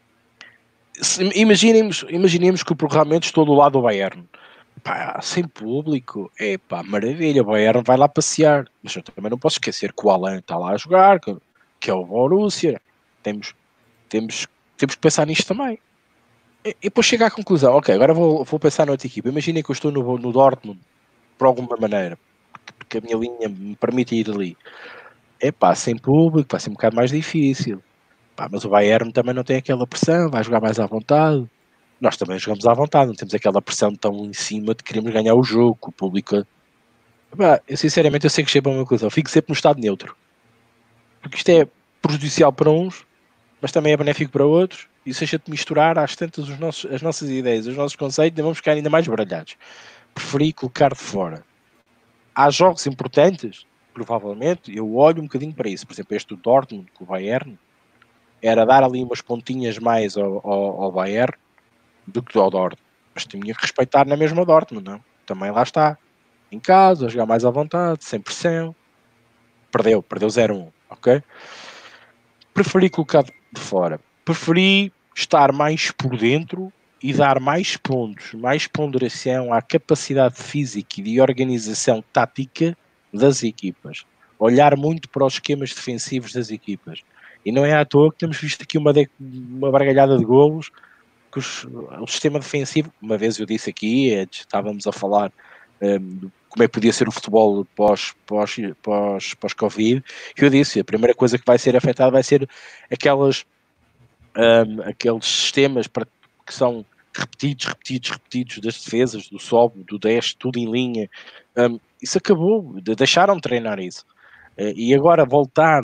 se, imaginemos, imaginemos que realmente estou do lado do Bayern. Pá, sem público, é pá, maravilha, o Bayern vai lá passear. Mas eu também não posso esquecer que o Alan está lá a jogar, que, que é o Borussia. Temos, temos, temos que pensar nisto também. E depois chega à conclusão, ok, agora vou, vou pensar noutra equipa. Imaginem que eu estou no, no Dortmund, por alguma maneira, porque a minha linha me permite ir ali. É pá, sem público, vai ser um bocado mais difícil. Pá, mas o Bayern também não tem aquela pressão, vai jogar mais à vontade. Nós também jogamos à vontade, não temos aquela pressão tão em cima de queremos ganhar o jogo, o público... Pá, eu sinceramente eu sei que chega a uma coisa, eu fico sempre no estado neutro. Porque isto é prejudicial para uns, mas também é benéfico para outros, e se a gente misturar às tantas os nossos, as nossas ideias, os nossos conceitos, vamos ficar ainda mais baralhados. Preferi colocar de fora. Há jogos importantes, provavelmente, eu olho um bocadinho para isso. Por exemplo, este do Dortmund, com o Bayern, era dar ali umas pontinhas mais ao, ao, ao Bayern do que ao Dortmund. Mas tinha que respeitar na mesma Dortmund, não? Também lá está. Em casa, a jogar mais à vontade, sem pressão. Perdeu, perdeu zero a um, ok? Preferi colocar de fora. Preferi estar mais por dentro e dar mais pontos, mais ponderação à capacidade física e de organização tática das equipas. Olhar muito para os esquemas defensivos das equipas. E não é à toa que temos visto aqui uma, de, uma bargalhada de golos que os, o sistema defensivo, uma vez eu disse aqui, é, estávamos a falar um, como é que podia ser o futebol pós, pós, pós, pós-Covid, que eu disse, a primeira coisa que vai ser afetada vai ser aquelas, um, aqueles sistemas para, que são repetidos, repetidos, repetidos das defesas, do sobe, do deste, tudo em linha. Um, isso acabou, deixaram de treinar isso. Uh, e agora voltar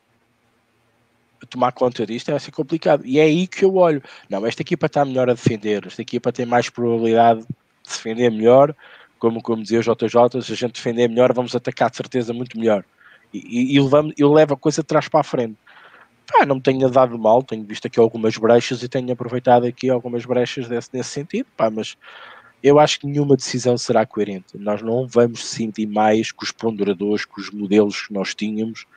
a tomar conta disto é assim complicado. E é aí que eu olho. Não, esta equipa está melhor a defender, esta equipa tem mais probabilidade de defender melhor. Como, como dizia o J J, se a gente defender melhor, vamos atacar de certeza muito melhor. E, e, e levamos, eu levo a coisa de trás para a frente. Ah, não me tenho dado mal, tenho visto aqui algumas brechas e tenho aproveitado aqui algumas brechas desse, nesse sentido, pá, mas eu acho que nenhuma decisão será coerente. Nós não vamos sentir mais que os ponderadores, que os modelos que nós tínhamos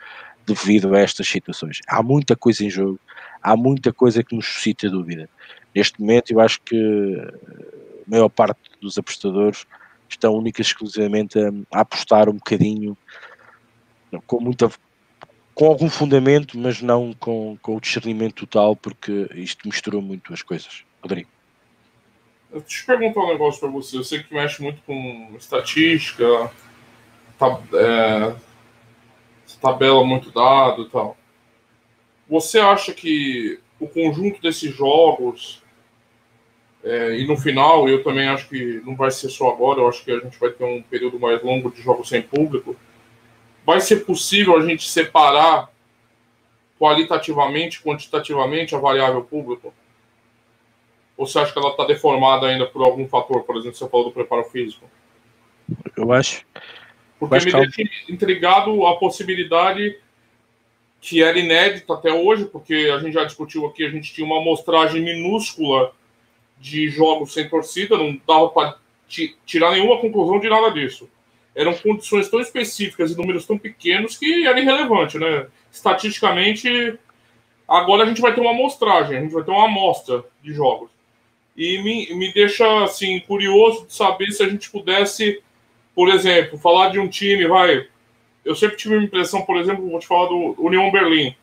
devido a estas situações. Há muita coisa em jogo, há muita coisa que nos suscita dúvida. Neste momento, eu acho que a maior parte dos apostadores estão única e exclusivamente a, a apostar um bocadinho com muita com algum fundamento, mas não com, com o discernimento total, porque isto misturou muito as coisas. Rodrigo. Eu te perguntar um negócio para você. Eu sei que mexe muito com estatística, tab é, tabela muito dado e tal. Você acha que o conjunto desses jogos, é, e no final, eu também acho que não vai ser só agora, eu acho que a gente vai ter um período mais longo de jogos sem público, vai ser possível a gente separar qualitativamente, quantitativamente a variável público? Ou você acha que ela está deformada ainda por algum fator? Por exemplo, você falou do preparo físico. Eu acho. Porque eu acho me que deixa intrigado a possibilidade que era inédita até hoje, porque a gente já discutiu aqui, a gente tinha uma amostragem minúscula de jogos sem torcida, não dava para tirar nenhuma conclusão de nada disso. Eram condições tão específicas e números tão pequenos que era irrelevante, né? Estatisticamente, agora a gente vai ter uma amostragem, a gente vai ter uma amostra de jogos. E me, me deixa, assim, curioso de saber se a gente pudesse, por exemplo, falar de um time, vai... Eu sempre tive a impressão, por exemplo, vou te falar do União Berlim.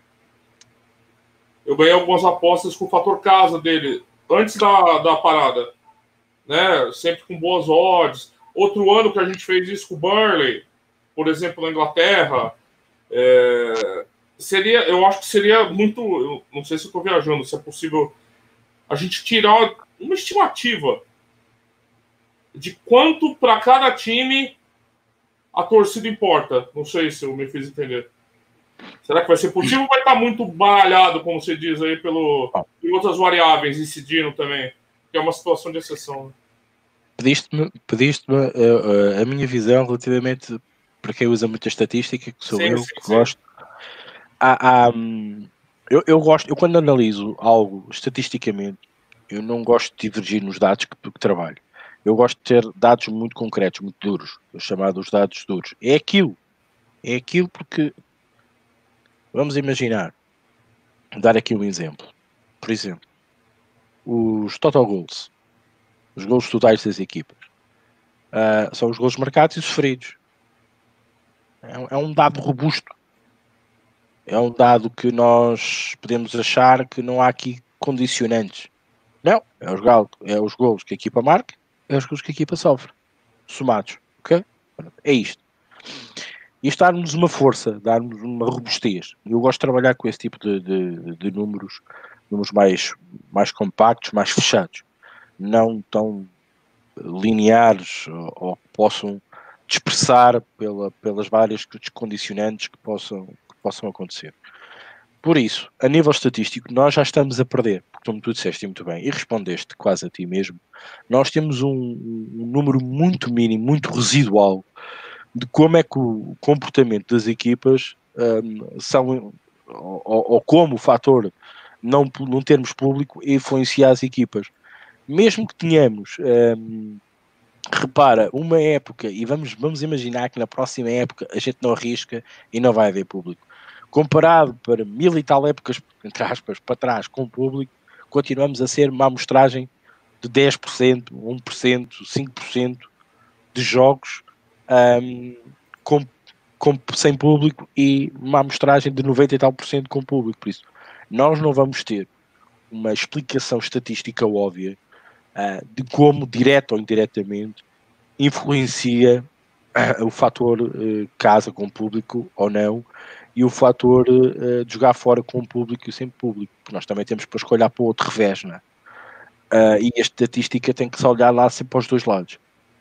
Eu ganhei algumas apostas com o fator casa dele, antes da, da parada, né? Sempre com boas odds. Outro ano que a gente fez isso com o Burnley, por exemplo, na Inglaterra, é, seria, eu acho que seria muito, eu não sei se eu estou viajando, se é possível a gente tirar uma estimativa de quanto para cada time a torcida importa. Não sei se eu me fiz entender. Será que vai ser possível ou vai estar muito baralhado, como você diz aí, pelo, por outras variáveis incidindo também? Que é uma situação de exceção. Né? Pediste-me pediste uh, uh, a minha visão relativamente, para quem usa muita estatística, que sou sim, eu, sim, que sim. gosto. Há, há, um, eu, eu gosto, eu quando analiso algo estatisticamente, eu não gosto de divergir nos dados que, que trabalho. Eu gosto de ter dados muito concretos, muito duros, os chamados dados duros. É aquilo. É aquilo porque, vamos imaginar, dar aqui um exemplo. Por exemplo, os total goals, os gols totais das equipas, uh, são os gols marcados e sofridos. É, é um dado robusto. É um dado que nós podemos achar que não há aqui condicionantes. Não, é os, gols, é os gols que a equipa marca, é os gols que a equipa sofre. Somados, ok? É isto. Isto dá-nos uma força, dá-nos uma robustez. Eu gosto de trabalhar com esse tipo de, de, de números, números mais, mais compactos, mais fechados. Não tão lineares ou, ou que possam dispersar pela, pelas várias condicionantes que possam, que possam acontecer. Por isso, a nível estatístico, nós já estamos a perder, porque como tu disseste muito bem, e respondeste quase a ti mesmo, nós temos um, um número muito mínimo, muito residual, de como é que o comportamento das equipas um, são, ou, ou como o fator não, não termos público influencia as equipas. Mesmo que tenhamos, um, repara, uma época, e vamos, vamos imaginar que na próxima época a gente não arrisca e não vai haver público. Comparado para mil e tal épocas, entre aspas, para trás com o público, continuamos a ser uma amostragem de dez por cento, um por cento, cinco por cento de jogos um, com, com, sem público e uma amostragem de noventa e tal por cento com público. Por isso, nós não vamos ter uma explicação estatística óbvia uh, de como, direto ou indiretamente, influencia uh, o fator uh, casa com público ou não, e o fator uh, de jogar fora com o público e sem público, porque nós também temos para escolher para o outro revés, não é? Uh, e a estatística tem que se olhar lá sempre para os dois lados.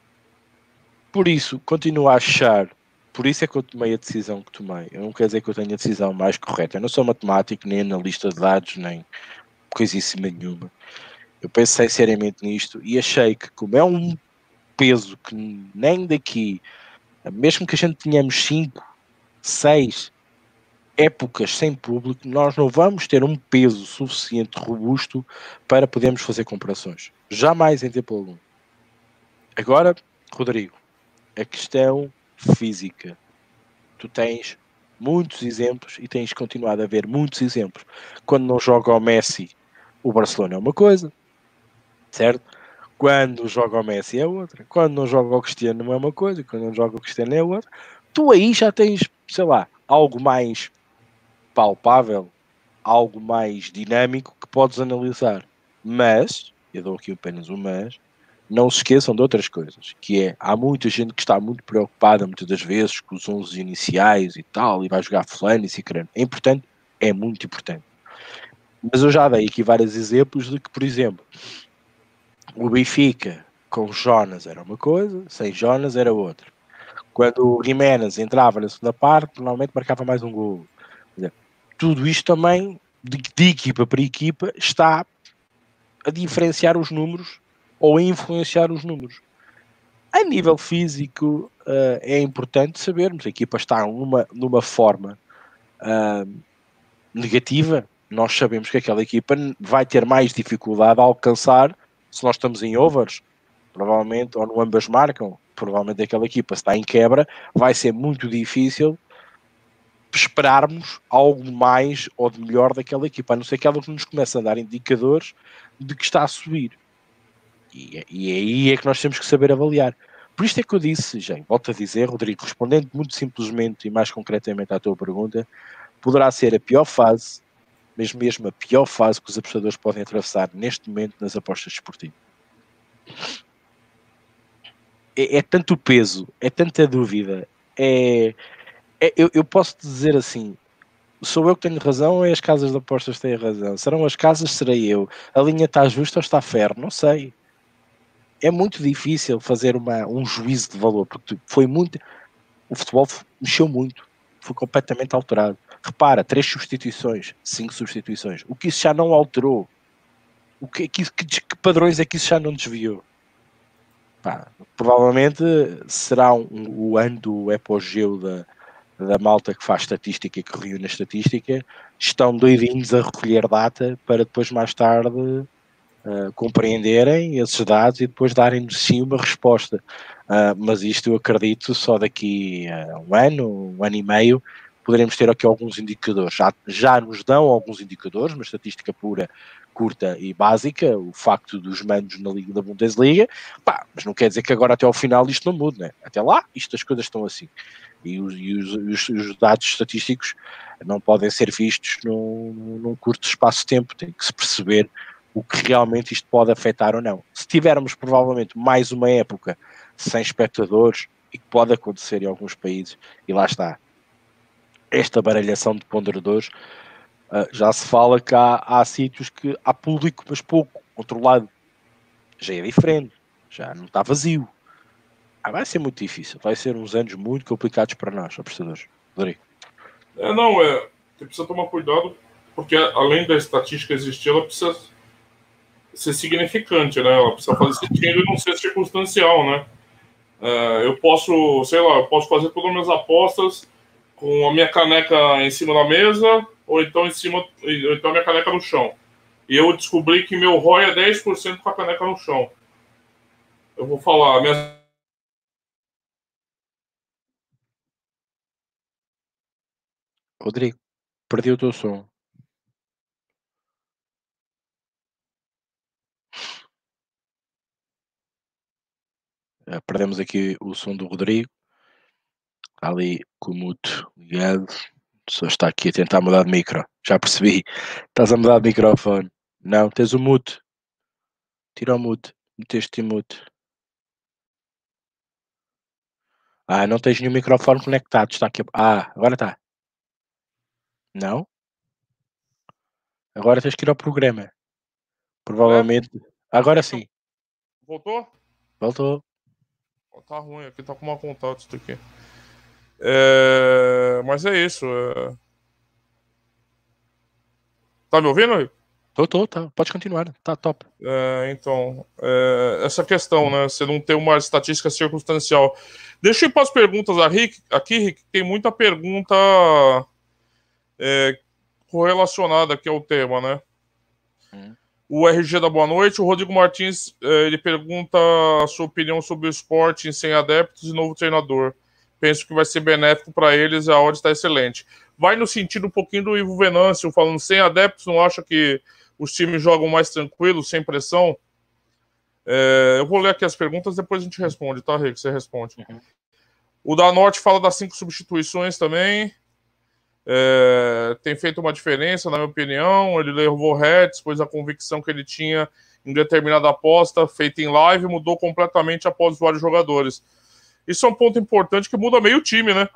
Por isso, continuo a achar, por isso é que eu tomei a decisão que tomei. Eu não quero dizer que eu tenha a decisão mais correta. Eu não sou matemático, nem analista de dados, nem coisíssima nenhuma. Eu pensei seriamente nisto e achei que, como é um peso que nem daqui, mesmo que a gente tenhamos cinco, seis épocas sem público, nós não vamos ter um peso suficiente robusto para podermos fazer comparações. Jamais em tempo algum. Agora, Rodrigo, a questão física. Tu tens muitos exemplos e tens continuado a ver muitos exemplos. Quando não joga o Messi, o Barcelona é uma coisa, certo? Quando joga o Messi é outra. Quando não joga o Cristiano não é uma coisa. Quando não joga o Cristiano é outra. Tu aí já tens, sei lá, algo mais palpável, algo mais dinâmico que podes analisar. Mas, eu dou aqui apenas um mas, não se esqueçam de outras coisas, que é, há muita gente que está muito preocupada muitas das vezes com os onze iniciais e tal, e vai jogar fulano e cicrano. É importante? É muito importante. Mas eu já dei aqui vários exemplos de que, por exemplo, o Benfica com Jonas era uma coisa, sem Jonas era outra. Quando o Giménez entrava na segunda parte, normalmente marcava mais um gol. Tudo isto também, de, de equipa para equipa, está a diferenciar os números ou a influenciar os números. A nível físico, uh, é importante sabermos, a equipa está numa, numa forma uh, negativa, nós sabemos que aquela equipa vai ter mais dificuldade a alcançar, se nós estamos em overs, provavelmente, ou no ambas marcam, provavelmente aquela equipa se está em quebra, vai ser muito difícil esperarmos algo mais ou de melhor daquela equipa, a não ser que ela nos comece a dar indicadores de que está a subir. E, e aí é que nós temos que saber avaliar. Por isto é que eu disse, gente, volto a dizer, Rodrigo, respondendo muito simplesmente e mais concretamente à tua pergunta, poderá ser a pior fase, mesmo mesmo a pior fase que os apostadores podem atravessar neste momento nas apostas desportivas. É, é tanto peso, é tanta dúvida, é, é eu, eu posso dizer assim, sou eu que tenho razão ou é as casas de apostas que têm razão? Serão as casas, serei eu? A linha está justa ou está ferro? Não sei. É muito difícil fazer uma, um juízo de valor, porque foi muito... O futebol mexeu muito, foi completamente alterado. Repara, três substituições, cinco substituições. O que isso já não alterou? O que, que, que, que padrões é que isso já não desviou? Pá, provavelmente será um, um, o ano do apogeu da, da malta que faz estatística e que reúne a estatística, estão doidinhos a recolher data para depois mais tarde uh, compreenderem esses dados e depois darem-nos sim uma resposta. Uh, mas isto eu acredito só daqui a um ano, um ano e meio, poderemos ter aqui alguns indicadores. Já, já nos dão alguns indicadores, uma estatística pura, curta e básica, o facto dos mandos na Liga da Bundesliga, pá, mas não quer dizer que agora até ao final isto não mude, né? Até lá, isto as coisas estão assim. E os, e os, os, os dados estatísticos não podem ser vistos num, num curto espaço de tempo, tem que se perceber o que realmente isto pode afetar ou não. Se tivermos provavelmente mais uma época sem espectadores, e que pode acontecer em alguns países, e lá está, esta baralhação de ponderadores, uh, já se fala que há, há sítios que há público, mas pouco, controlado. Já é diferente, já não está vazio. Ah, vai ser muito difícil, vai ser uns anos muito complicados para nós, apostadores. Rodrigo. É, não, é. Você precisa tomar cuidado, porque além da estatística existir, ela precisa ser significante, né? Ela precisa fazer sentido e não ser circunstancial, né? É, eu posso, sei lá, eu posso fazer todas as minhas apostas com a minha caneca em cima da mesa, ou então em cima, ou então a minha caneca no chão. E eu descobri que meu R O I é dez por cento com a caneca no chão. Eu vou falar, minha... Rodrigo, perdi o teu som. Uh, perdemos aqui o som do Rodrigo. Está ali com o mute ligado. Só está aqui a tentar mudar de micro. Já percebi. Estás a mudar de microfone. Não, tens o mute. Tira o mute. Meteste em mute. Ah, não tens nenhum microfone conectado. Está aqui. Ah, agora está. Não? Agora tens que ir ao programa. Provavelmente. Agora sim. Voltou? Voltou. Tá ruim, aqui tá com mau contato isso daqui. É... Mas é isso. É... Tá me ouvindo aí? Tô, tô, tá. Pode continuar. Tá top. É, então, é... essa questão, né? Você não ter uma estatística circunstancial. Deixa eu ir para as perguntas aqui, Rick. Tem muita pergunta é, correlacionada aqui ao tema, né? Hum. O R G da Boa Noite, o Rodrigo Martins, ele pergunta a sua opinião sobre o esporte sem adeptos e novo treinador. penso que vai ser benéfico para eles, a odd está excelente. Vai no sentido um pouquinho do Ivo Venâncio, falando sem adeptos, não acha que os times jogam mais tranquilos, sem pressão? É, eu vou ler aqui as perguntas, depois a gente responde, tá, Rick? Você responde. Uhum. O da Norte fala das cinco substituições também. É, tem feito uma diferença, na minha opinião. Ele levou Reds, pois a convicção que ele tinha em determinada aposta feita em live mudou completamente após os vários jogadores. Isso é um ponto importante que muda meio time, né?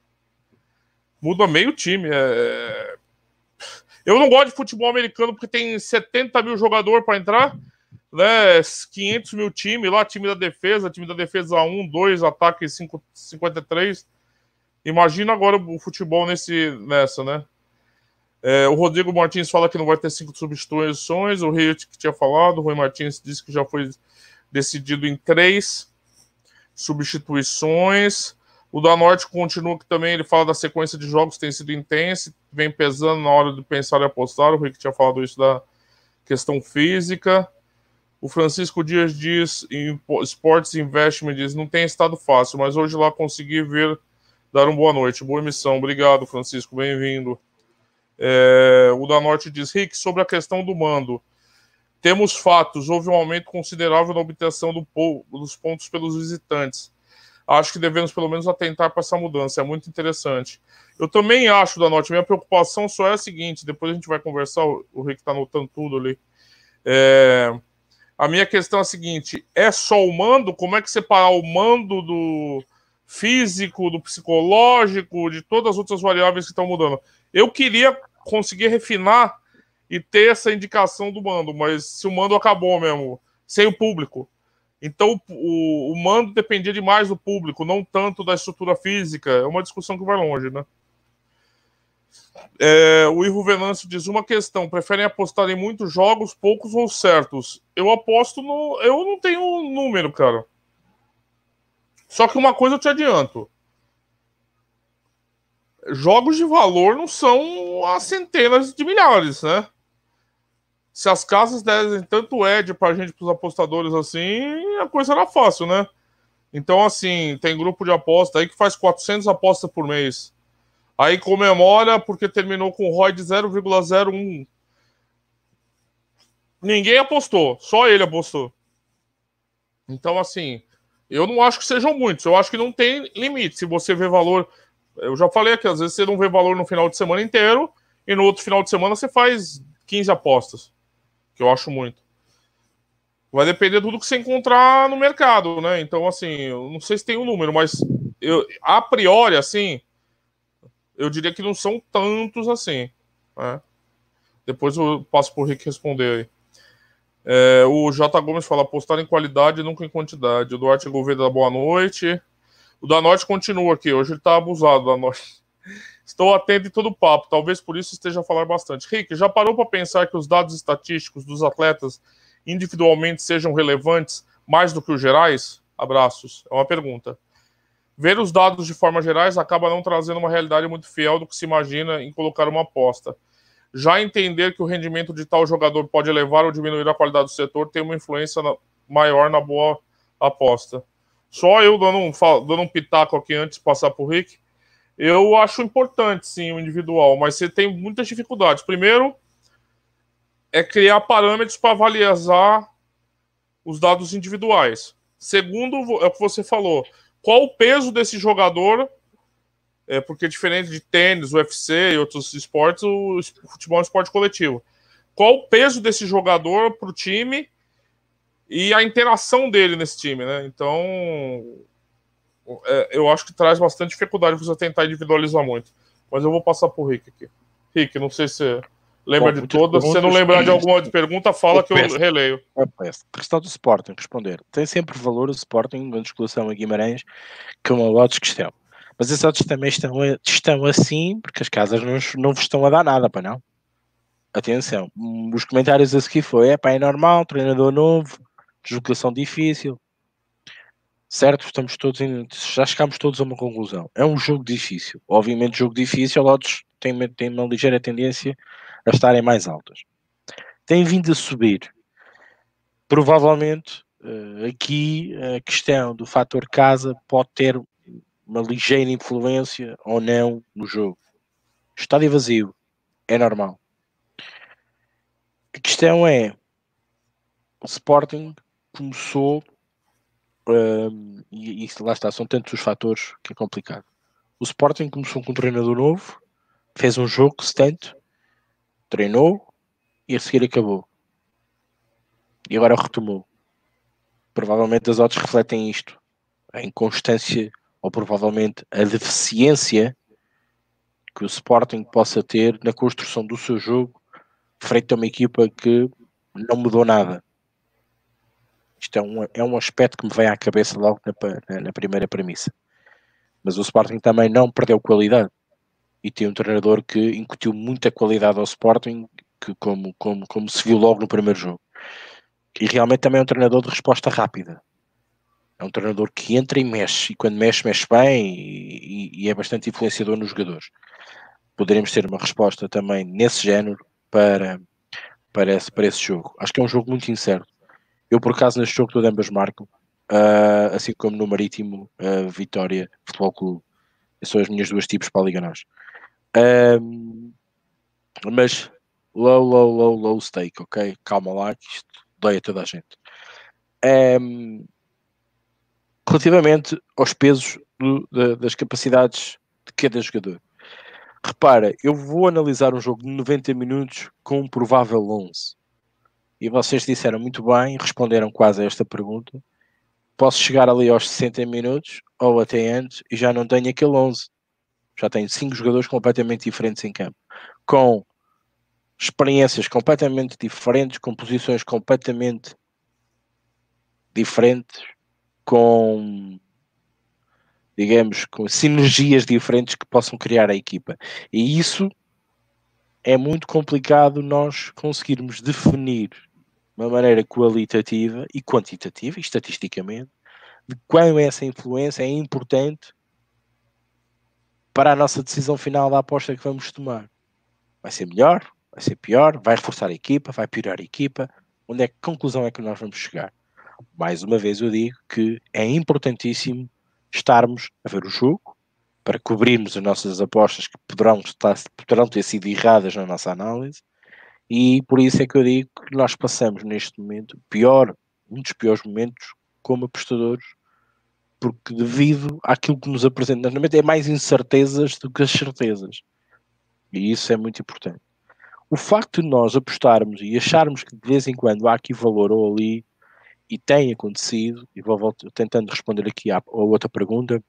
Muda meio time. É... Eu não gosto de futebol americano porque tem setenta mil jogadores para entrar, né? quinhentos mil times lá, time da defesa, time da defesa um, dois, ataque cinquenta e três. Imagina agora o futebol nesse, nessa, né? É, o Rodrigo Martins fala que não vai ter cinco substituições. O Riot que tinha falado, o Rui Martins disse que já foi decidido em três substituições. O da Norte continua que também ele fala da sequência de jogos que tem sido intensa, vem pesando na hora de pensar e apostar. O Rui que tinha falado isso da questão física. O Francisco Dias diz, em Sports Investment, diz, não tem estado fácil, mas hoje lá consegui ver, dar uma boa noite. Boa emissão. Obrigado, Francisco. Bem-vindo. É, o da Norte diz, Rick, sobre a questão do mando. Temos fatos, houve um aumento considerável na obtenção do po- dos pontos pelos visitantes. Acho que devemos pelo menos atentar para essa mudança, é muito interessante. Eu também acho, da Norte, minha preocupação só é a seguinte, depois a gente vai conversar, o Rick está anotando tudo ali. É, a minha questão é a seguinte, é só o mando? Como é que separar o mando do físico, do psicológico, de todas as outras variáveis que estão mudando? Eu queria conseguir refinar e ter essa indicação do mando, mas se o mando acabou mesmo, sem o público. Então o, o mando dependia demais do público, não tanto da estrutura física. É uma discussão que vai longe, né? É, o Ivo Venâncio diz, uma questão, preferem apostar em muitos jogos, poucos ou certos? Eu aposto no... Eu não tenho número, cara. Só que uma coisa eu te adianto. Jogos de valor não são as centenas de milhares, né? Se as casas dessem tanto edge pra gente, pros apostadores assim, a coisa era fácil, né? Então, assim, tem grupo de aposta aí que faz quatrocentas apostas por mês. Aí comemora porque terminou com R O I de zero vírgula zero um. Ninguém apostou, só ele apostou. Então, assim, eu não acho que sejam muitos, eu acho que não tem limite. Se você vê valor... Eu já falei aqui, às vezes você não vê valor no final de semana inteiro e no outro final de semana você faz quinze apostas, que eu acho muito. Vai depender de tudo que você encontrar no mercado, né? Então, assim, eu não sei se tem um número, mas eu, a priori, assim, eu diria que não são tantos assim, né? Depois eu passo pro Rick responder aí. É, o J. Gomes fala, apostar em qualidade e nunca em quantidade. O Duarte Gouveia dá boa noite. O da Norte continua aqui, hoje ele tá abusado da Norte. Estou atento em todo o papo, talvez por isso esteja a falar bastante. Rick, já parou para pensar que os dados estatísticos dos atletas individualmente sejam relevantes mais do que os gerais? Abraços. É uma pergunta. Ver os dados de forma gerais acaba não trazendo uma realidade muito fiel do que se imagina em colocar uma aposta. Já entender que o rendimento de tal jogador pode elevar ou diminuir a qualidade do setor tem uma influência na, maior na boa aposta. Só eu dando um, dando um pitaco aqui antes de passar para o Rick. Eu acho importante, sim, o individual, mas você tem muitas dificuldades. Primeiro, é criar parâmetros para avaliar os dados individuais. Segundo, é o que você falou. Qual o peso desse jogador? É porque diferente de tênis, U F C e outros esportes, o futebol é um esporte coletivo. Qual o peso desse jogador para o time e a interação dele nesse time, né? Então, é, eu acho que traz bastante dificuldade você tentar individualizar muito. Mas eu vou passar para o Rick aqui. Rick, não sei se você lembra Bom, de todas. Se você não lembrar de alguma pergunta, fala eu que eu releio. A questão do Sporting, responder. Tem sempre valor o Sporting, a discussão a Guimarães, que é uma outra questão. Mas esses outros também estão, estão assim, porque as casas não, não vos estão a dar nada, para não. Atenção, os comentários a seguir foi, é pá, é normal, treinador novo, deslocação difícil. Certo, estamos todos em, já chegamos todos a uma conclusão. É um jogo difícil. Obviamente, jogo difícil, odds têm, têm uma ligeira tendência a estarem mais altas. Tem vindo a subir. Provavelmente, uh, aqui a questão do fator casa pode ter uma ligeira influência ou não no jogo. Estádio vazio, é normal. A questão é, o Sporting começou, um, e, e lá está, são tantos os fatores que é complicado. O Sporting começou com um treinador novo, fez um jogo tanto, treinou e a seguir acabou. E agora retomou. Provavelmente as odds refletem isto. A inconstância ou provavelmente a deficiência que o Sporting possa ter na construção do seu jogo frente a uma equipa que não mudou nada. Isto é um, é um aspecto que me vem à cabeça logo na, na, na primeira premissa. Mas o Sporting também não perdeu qualidade. E tem um treinador que incutiu muita qualidade ao Sporting, que como, como, como se viu logo no primeiro jogo. E realmente também é um treinador de resposta rápida. É um treinador que entra e mexe, e quando mexe, mexe bem, e, e, e é bastante influenciador nos jogadores. Poderemos ter uma resposta também nesse género para, para, esse, para esse jogo. Acho que é um jogo muito incerto. Eu, por acaso, neste jogo todo ambas marcam, uh, assim como no Marítimo, uh, Vitória, Futebol Clube. Essas são as minhas duas tipos para a Liga Nós. Um, mas low, low, low, low stake, ok? Calma lá, que isto dói a toda a gente. Um, relativamente aos pesos do, da, das capacidades de cada jogador. Repara, eu vou analisar um jogo de noventa minutos com um provável onze. E vocês disseram muito bem, responderam quase a esta pergunta. Posso chegar ali aos sessenta minutos, ou até antes, e já não tenho aquele onze. Já tenho cinco jogadores completamente diferentes em campo. Com experiências completamente diferentes, com posições completamente diferentes, com, digamos, com sinergias diferentes que possam criar a equipa. E isso é muito complicado nós conseguirmos definir de uma maneira qualitativa e quantitativa, e estatisticamente, de quão essa influência é importante para a nossa decisão final da aposta que vamos tomar. Vai ser melhor? Vai ser pior? Vai reforçar a equipa? Vai piorar a equipa? Onde é que conclusão é que nós vamos chegar? Mais uma vez eu digo que é importantíssimo estarmos a ver o jogo para cobrirmos as nossas apostas que poderão, estar, poderão ter sido erradas na nossa análise, e por isso é que eu digo que nós passamos neste momento pior, um dos piores momentos como apostadores, porque devido àquilo que nos apresenta, normalmente é mais incertezas do que as certezas, e isso é muito importante. O facto de nós apostarmos e acharmos que de vez em quando há aqui valor ou ali, e tem acontecido, e vou voltar, tentando responder aqui à, à outra pergunta,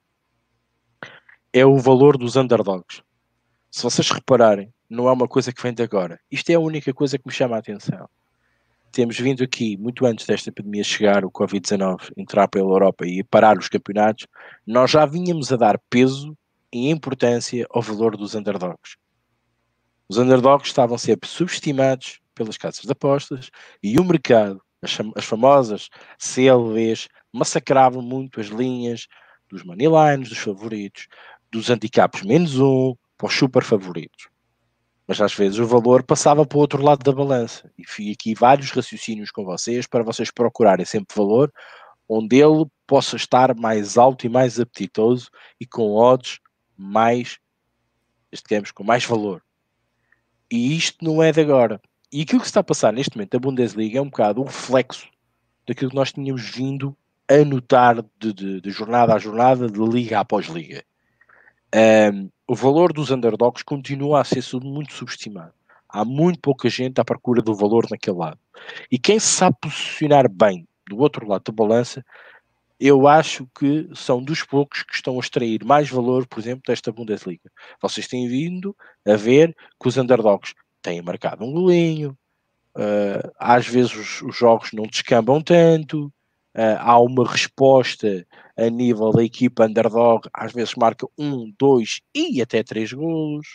é o valor dos underdogs. Se vocês repararem, não é uma coisa que vem de agora. Isto é a única coisa que me chama a atenção. Temos vindo aqui, muito antes desta pandemia chegar, o covid dezanove, entrar pela Europa e parar os campeonatos, nós já vínhamos a dar peso e importância ao valor dos underdogs. Os underdogs estavam sempre subestimados pelas casas de apostas e o mercado, as, as famosas C L Vs, massacravam muito as linhas dos moneylines, dos favoritos, dos handicaps menos um, para os super favoritos. Mas às vezes o valor passava para o outro lado da balança. E fui aqui vários raciocínios com vocês para vocês procurarem sempre valor onde ele possa estar mais alto e mais apetitoso e com odds mais, digamos, com mais valor. E isto não é de agora. E aquilo que se está a passar neste momento da Bundesliga é um bocado um reflexo daquilo que nós tínhamos vindo a notar de, de, de jornada a jornada, de liga após liga. Um, o valor dos underdogs continua a ser muito subestimado. Há muito pouca gente à procura do valor naquele lado. E quem se sabe posicionar bem do outro lado da balança, eu acho que são dos poucos que estão a extrair mais valor, por exemplo, desta Bundesliga. Vocês têm vindo a ver que os underdogs têm marcado um golinho, uh, às vezes os, os jogos não descambam tanto, uh, há uma resposta a nível da equipa underdog, às vezes marca um, dois e até três golos.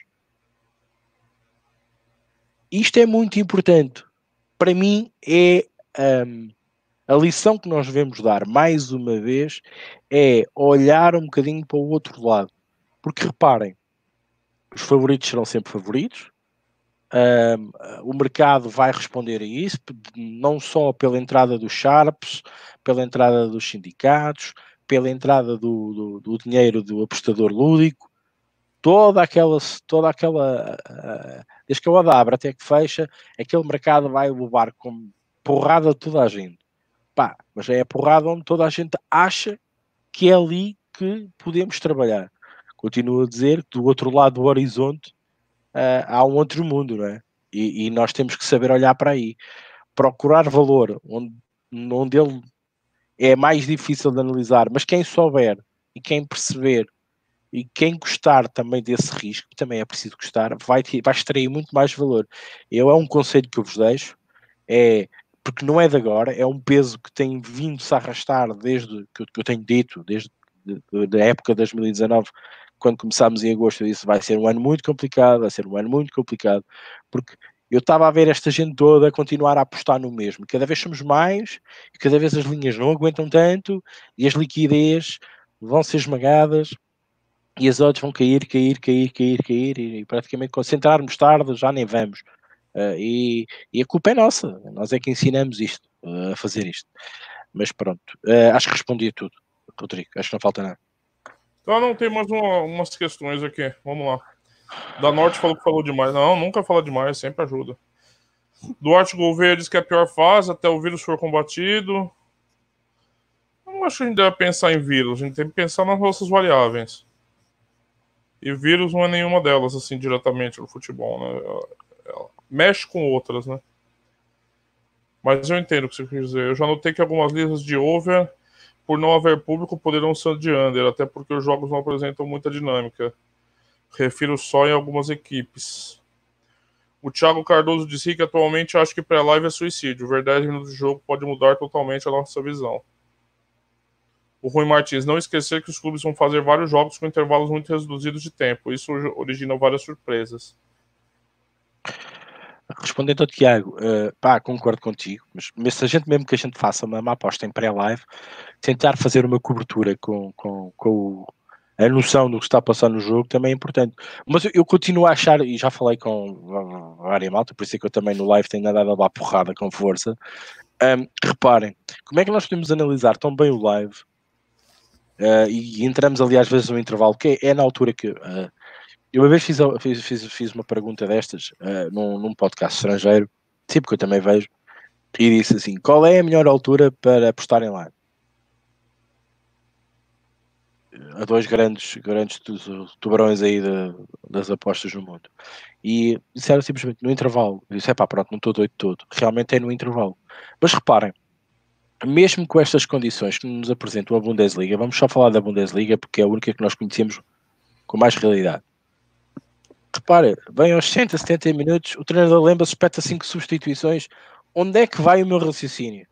Isto é muito importante. Para mim é um, a lição que nós devemos dar mais uma vez é olhar um bocadinho para o outro lado. Porque reparem, os favoritos serão sempre favoritos. Um, o mercado vai responder a isso, não só pela entrada dos Sharps, pela entrada dos sindicatos, pela entrada do, do, do dinheiro do apostador lúdico, toda aquela, toda aquela uh, desde que a Oda abre até que fecha, aquele mercado vai levar com porrada de toda a gente. Pá, mas é a porrada onde toda a gente acha que é ali que podemos trabalhar. Continuo a dizer que do outro lado do horizonte uh, há um outro mundo, não é? E, e nós temos que saber olhar para aí. Procurar valor onde, onde ele é mais difícil de analisar, mas quem souber e quem perceber e quem gostar também desse risco, também é preciso gostar, vai, vai extrair muito mais valor. Eu, é um conselho que eu vos deixo, é, porque não é de agora, é um peso que tem vindo-se a arrastar desde que eu, que eu tenho dito, desde a época de dois mil e dezanove, quando começámos em agosto, eu disse vai ser um ano muito complicado, vai ser um ano muito complicado, porque eu estava a ver esta gente toda a continuar a apostar no mesmo. Cada vez somos mais, e cada vez as linhas não aguentam tanto, e as liquidez vão ser esmagadas, e as odds vão cair, cair, cair, cair, cair, e praticamente concentrarmos tarde já nem vamos. Uh, e, e a culpa é nossa, nós é que ensinamos isto, uh, a fazer isto. Mas pronto, uh, acho que respondi a tudo, Rodrigo, acho que não falta nada. Então não tem mais uma, umas questões aqui, vamos lá. Da Norte falou que falou demais. Não, nunca fala demais, sempre ajuda. Duarte Gouveia diz que é a pior fase até o vírus for combatido. Eu não acho que a gente deve pensar em vírus, a gente tem que pensar nas nossas variáveis. E vírus não é nenhuma delas, assim, diretamente no futebol, né? Ela, ela mexe com outras, né? Mas eu entendo o que você quer dizer. Eu já notei que algumas listas de over, por não haver público, poderão ser de under, até porque os jogos não apresentam muita dinâmica. Refiro só em algumas equipes. O Thiago Cardoso disse que atualmente acha que pré-live é suicídio. Verdade, minutos de jogo pode mudar totalmente a nossa visão. O Rui Martins, não esquecer que os clubes vão fazer vários jogos com intervalos muito reduzidos de tempo. Isso origina várias surpresas. Respondendo ao Tiago, uh, pá, concordo contigo, mas, mas se a gente, mesmo que a gente faça uma, uma aposta em pré-live, tentar fazer uma cobertura com, com, com o, a noção do que está a passar no jogo também é importante. Mas eu, eu continuo a achar, e já falei com várias malta, por isso é que eu também no live tenho andado a dar porrada com força. Um, reparem, como é que nós podemos analisar tão bem o live uh, e, e entramos ali às vezes no intervalo, que é, é na altura que... Uh, eu uma vez fiz, fiz, fiz, fiz uma pergunta destas uh, num, num podcast estrangeiro, tipo que eu também vejo, e disse assim, qual é a melhor altura para apostar em live? A dois grandes, grandes tubarões aí de, das apostas no mundo. E disseram simplesmente no intervalo. Eu disse, é pá, pronto, não estou doido todo. Realmente é no intervalo. Mas reparem, mesmo com estas condições que nos apresentam a Bundesliga, vamos só falar da Bundesliga porque é a única que nós conhecemos com mais realidade. Repare, vem aos sessenta, setenta minutos, o treinador lembra-se, espeta cinco substituições. Onde é que vai o meu raciocínio?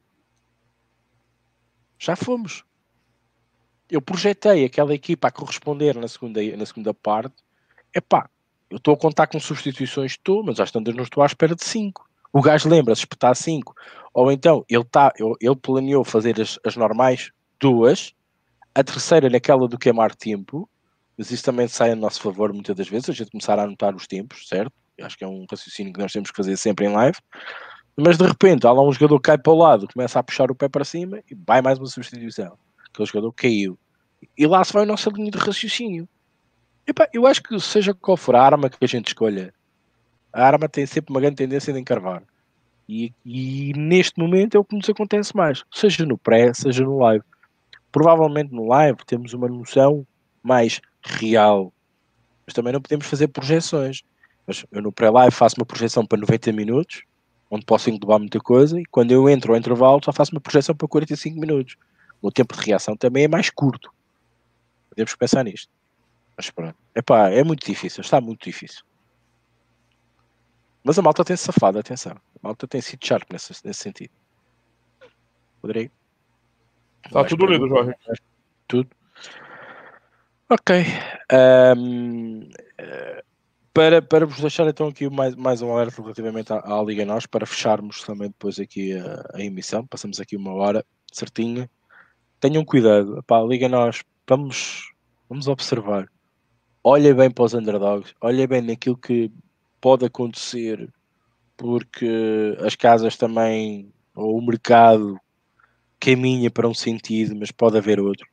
Já fomos. Eu projetei aquela equipa a corresponder na segunda, na segunda parte. Epá, eu estou a contar com substituições, estou, mas às tantas não estou à espera de cinco. O gajo lembra-se de espetar cinco. Ou então, ele, tá, ele planeou fazer as, as normais, duas, a terceira naquela do queimar tempo, mas isso também sai a nosso favor muitas das vezes, a gente começar a anotar os tempos, certo? Eu acho que é um raciocínio que nós temos que fazer sempre em live. Mas de repente, há lá um jogador que cai para o lado, começa a puxar o pé para cima e vai mais uma substituição. Aquele jogador caiu. E lá se vai a nossa linha de raciocínio. Epá, eu acho que seja qual for a arma que a gente escolha, a arma tem sempre uma grande tendência de encarvar. E, e neste momento é o que nos acontece mais. Seja no pré, seja no live. Provavelmente no live temos uma noção mais real. Mas também não podemos fazer projeções. Mas eu no pré-live faço uma projeção para noventa minutos, onde posso englobar muita coisa, e quando eu entro ao intervalo só faço uma projeção para quarenta e cinco minutos. O tempo de reação também é mais curto. Podemos pensar nisto. Mas pronto. Epá, é muito difícil, está muito difícil. Mas a malta tem safado, atenção. A malta tem sido sharp nesse, nesse sentido. Rodrigo? Tá mais tudo lido, Jorge. Tudo. Ok. Um, para, para vos deixar então aqui mais, mais um alerta relativamente à, à Liga Nós, para fecharmos também depois aqui a, a emissão. Passamos aqui uma hora certinha. Tenham cuidado. Epá, a Liga Nós, vamos, vamos observar. Olha bem para os underdogs. Olha bem naquilo que pode acontecer, porque as casas também, ou o mercado caminha para um sentido, mas pode haver outro.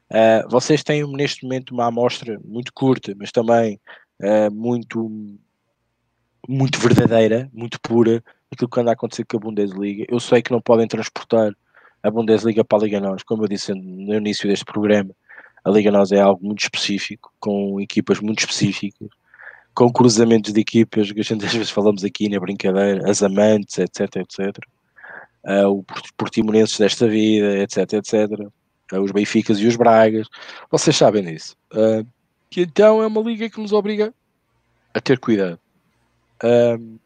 Uh, vocês têm neste momento uma amostra muito curta, mas também uh, muito, muito verdadeira, muito pura, daquilo que anda a acontecer com a Bundesliga. Eu sei que não podem transportar a Bundesliga para a Liga N O S, como eu disse no início deste programa. A Liga N O S é algo muito específico, com equipas muito específicas, com cruzamentos de equipas, que a gente às vezes falamos aqui na brincadeira, as amantes, etc, etcétera. Uh, os portimonenses desta vida, etc, etcétera. Uh, os Benficas e os Bragas. Vocês sabem disso. Uh, que então é uma liga que nos obriga a ter cuidado. Uh,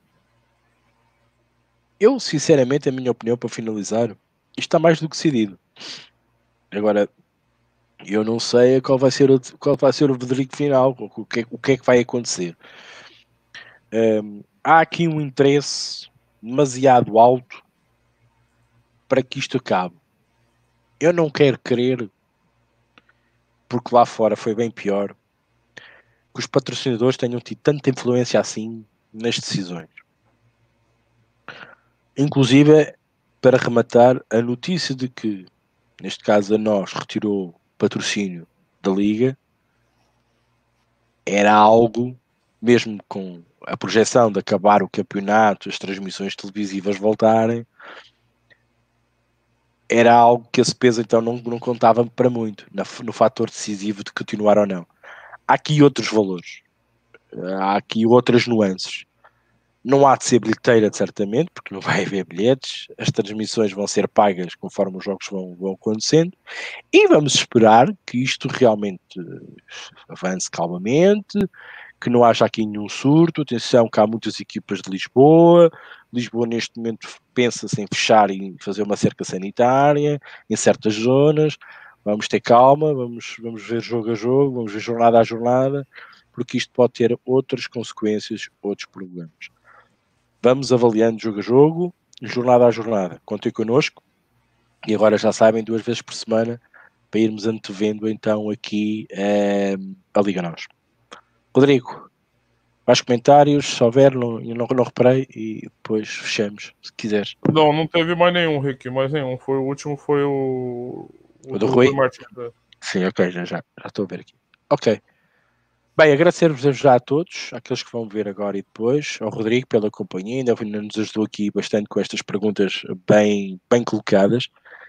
eu, sinceramente, a minha opinião, para finalizar, isto está mais do que decidido. Agora, eu não sei qual vai ser o, qual vai ser o verdicto final, o que, o que é que vai acontecer. Um, há aqui um interesse demasiado alto para que isto acabe. Eu não quero crer, porque lá fora foi bem pior, que os patrocinadores tenham tido tanta influência assim nas decisões. Inclusive, para rematar, a notícia de que, neste caso a nós, retirou patrocínio da Liga, era algo, mesmo com a projeção de acabar o campeonato, as transmissões televisivas voltarem, era algo que esse peso então não, não contava para muito no, no fator decisivo de continuar ou não. Há aqui outros valores, há aqui outras nuances. Não há de ser bilheteira, certamente, porque não vai haver bilhetes. As transmissões vão ser pagas conforme os jogos vão, vão acontecendo. E vamos esperar que isto realmente avance calmamente, que não haja aqui nenhum surto. Atenção que há muitas equipas de Lisboa. Lisboa, neste momento, pensa-se em fechar e fazer uma cerca sanitária em certas zonas. Vamos ter calma, vamos, vamos ver jogo a jogo, vamos ver jornada a jornada, porque isto pode ter outras consequências, outros problemas. Vamos avaliando jogo a jogo, jornada a jornada. Contem connosco e agora já sabem, duas vezes por semana, para irmos antevendo então aqui eh, a Liga N O S. Rodrigo, mais comentários, se houver, não, eu não, não reparei, e depois fechamos, se quiseres. Não, não teve mais nenhum, Rick, mais nenhum. Foi, o último foi o, o, o do, do Rui? Martins. Sim, ok, já, já, já estou a ver aqui. Ok. Bem, agradecer-vos já a todos, àqueles que vão ver agora e depois, ao Rodrigo pela companhia, ainda nos ajudou aqui bastante com estas perguntas bem, bem colocadas.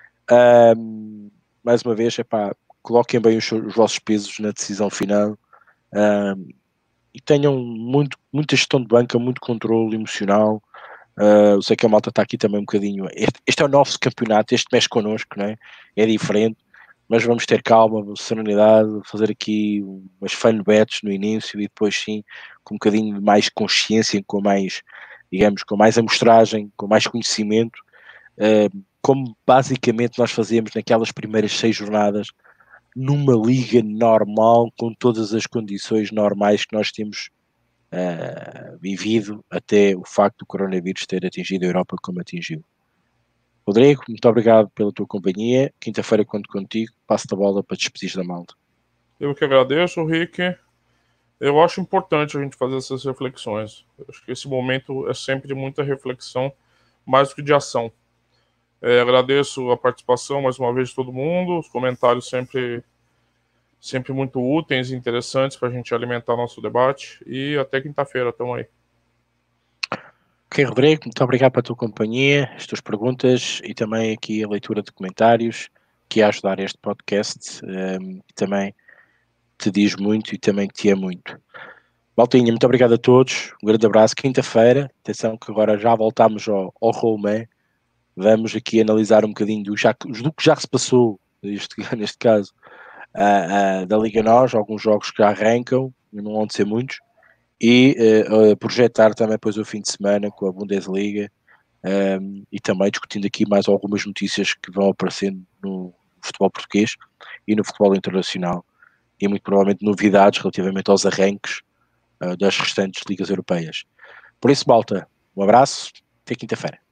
Um, mais uma vez, epá, coloquem bem os, os vossos pesos na decisão final um, e tenham muito, muita gestão de banca, muito controle emocional. Uh, eu sei que a malta está aqui também um bocadinho. Este, este é o nosso campeonato, este mexe connosco, não é? É diferente. Mas vamos ter calma, serenidade, fazer aqui umas fan bets no início e depois sim, com um bocadinho de mais consciência, com mais, digamos, com mais amostragem, com mais conhecimento, uh, como basicamente nós fazemos naquelas primeiras seis jornadas, numa liga normal, com todas as condições normais que nós temos uh, vivido até o facto do coronavírus ter atingido a Europa como atingiu. Rodrigo, muito obrigado pela tua companhia. Quinta-feira conto contigo. Passo-te a bola para despedir da malta. Eu que agradeço, Rick. Eu acho importante a gente fazer essas reflexões. Eu acho que esse momento é sempre de muita reflexão, mais do que de ação. É, agradeço a participação mais uma vez de todo mundo. Os comentários sempre, sempre muito úteis e interessantes para a gente alimentar nosso debate. E até quinta-feira. Tamo aí. Ok, Rodrigo, muito obrigado pela tua companhia, as tuas perguntas e também aqui a leitura de comentários que ia ajudar este podcast um, e também te diz muito e também te amo muito. Maltinha, muito obrigado a todos, um grande abraço. Quinta-feira, atenção que agora já voltamos ao, ao Romé, vamos aqui analisar um bocadinho do, já, do que já se passou, neste, neste caso, uh, uh, da Liga N O S, alguns jogos que já arrancam, não vão ser muitos, e uh, uh, projetar também depois o fim de semana com a Bundesliga um, e também discutindo aqui mais algumas notícias que vão aparecendo no futebol português e no futebol internacional e muito provavelmente novidades relativamente aos arranques uh, das restantes ligas europeias. Por isso, malta, um abraço, até quinta-feira.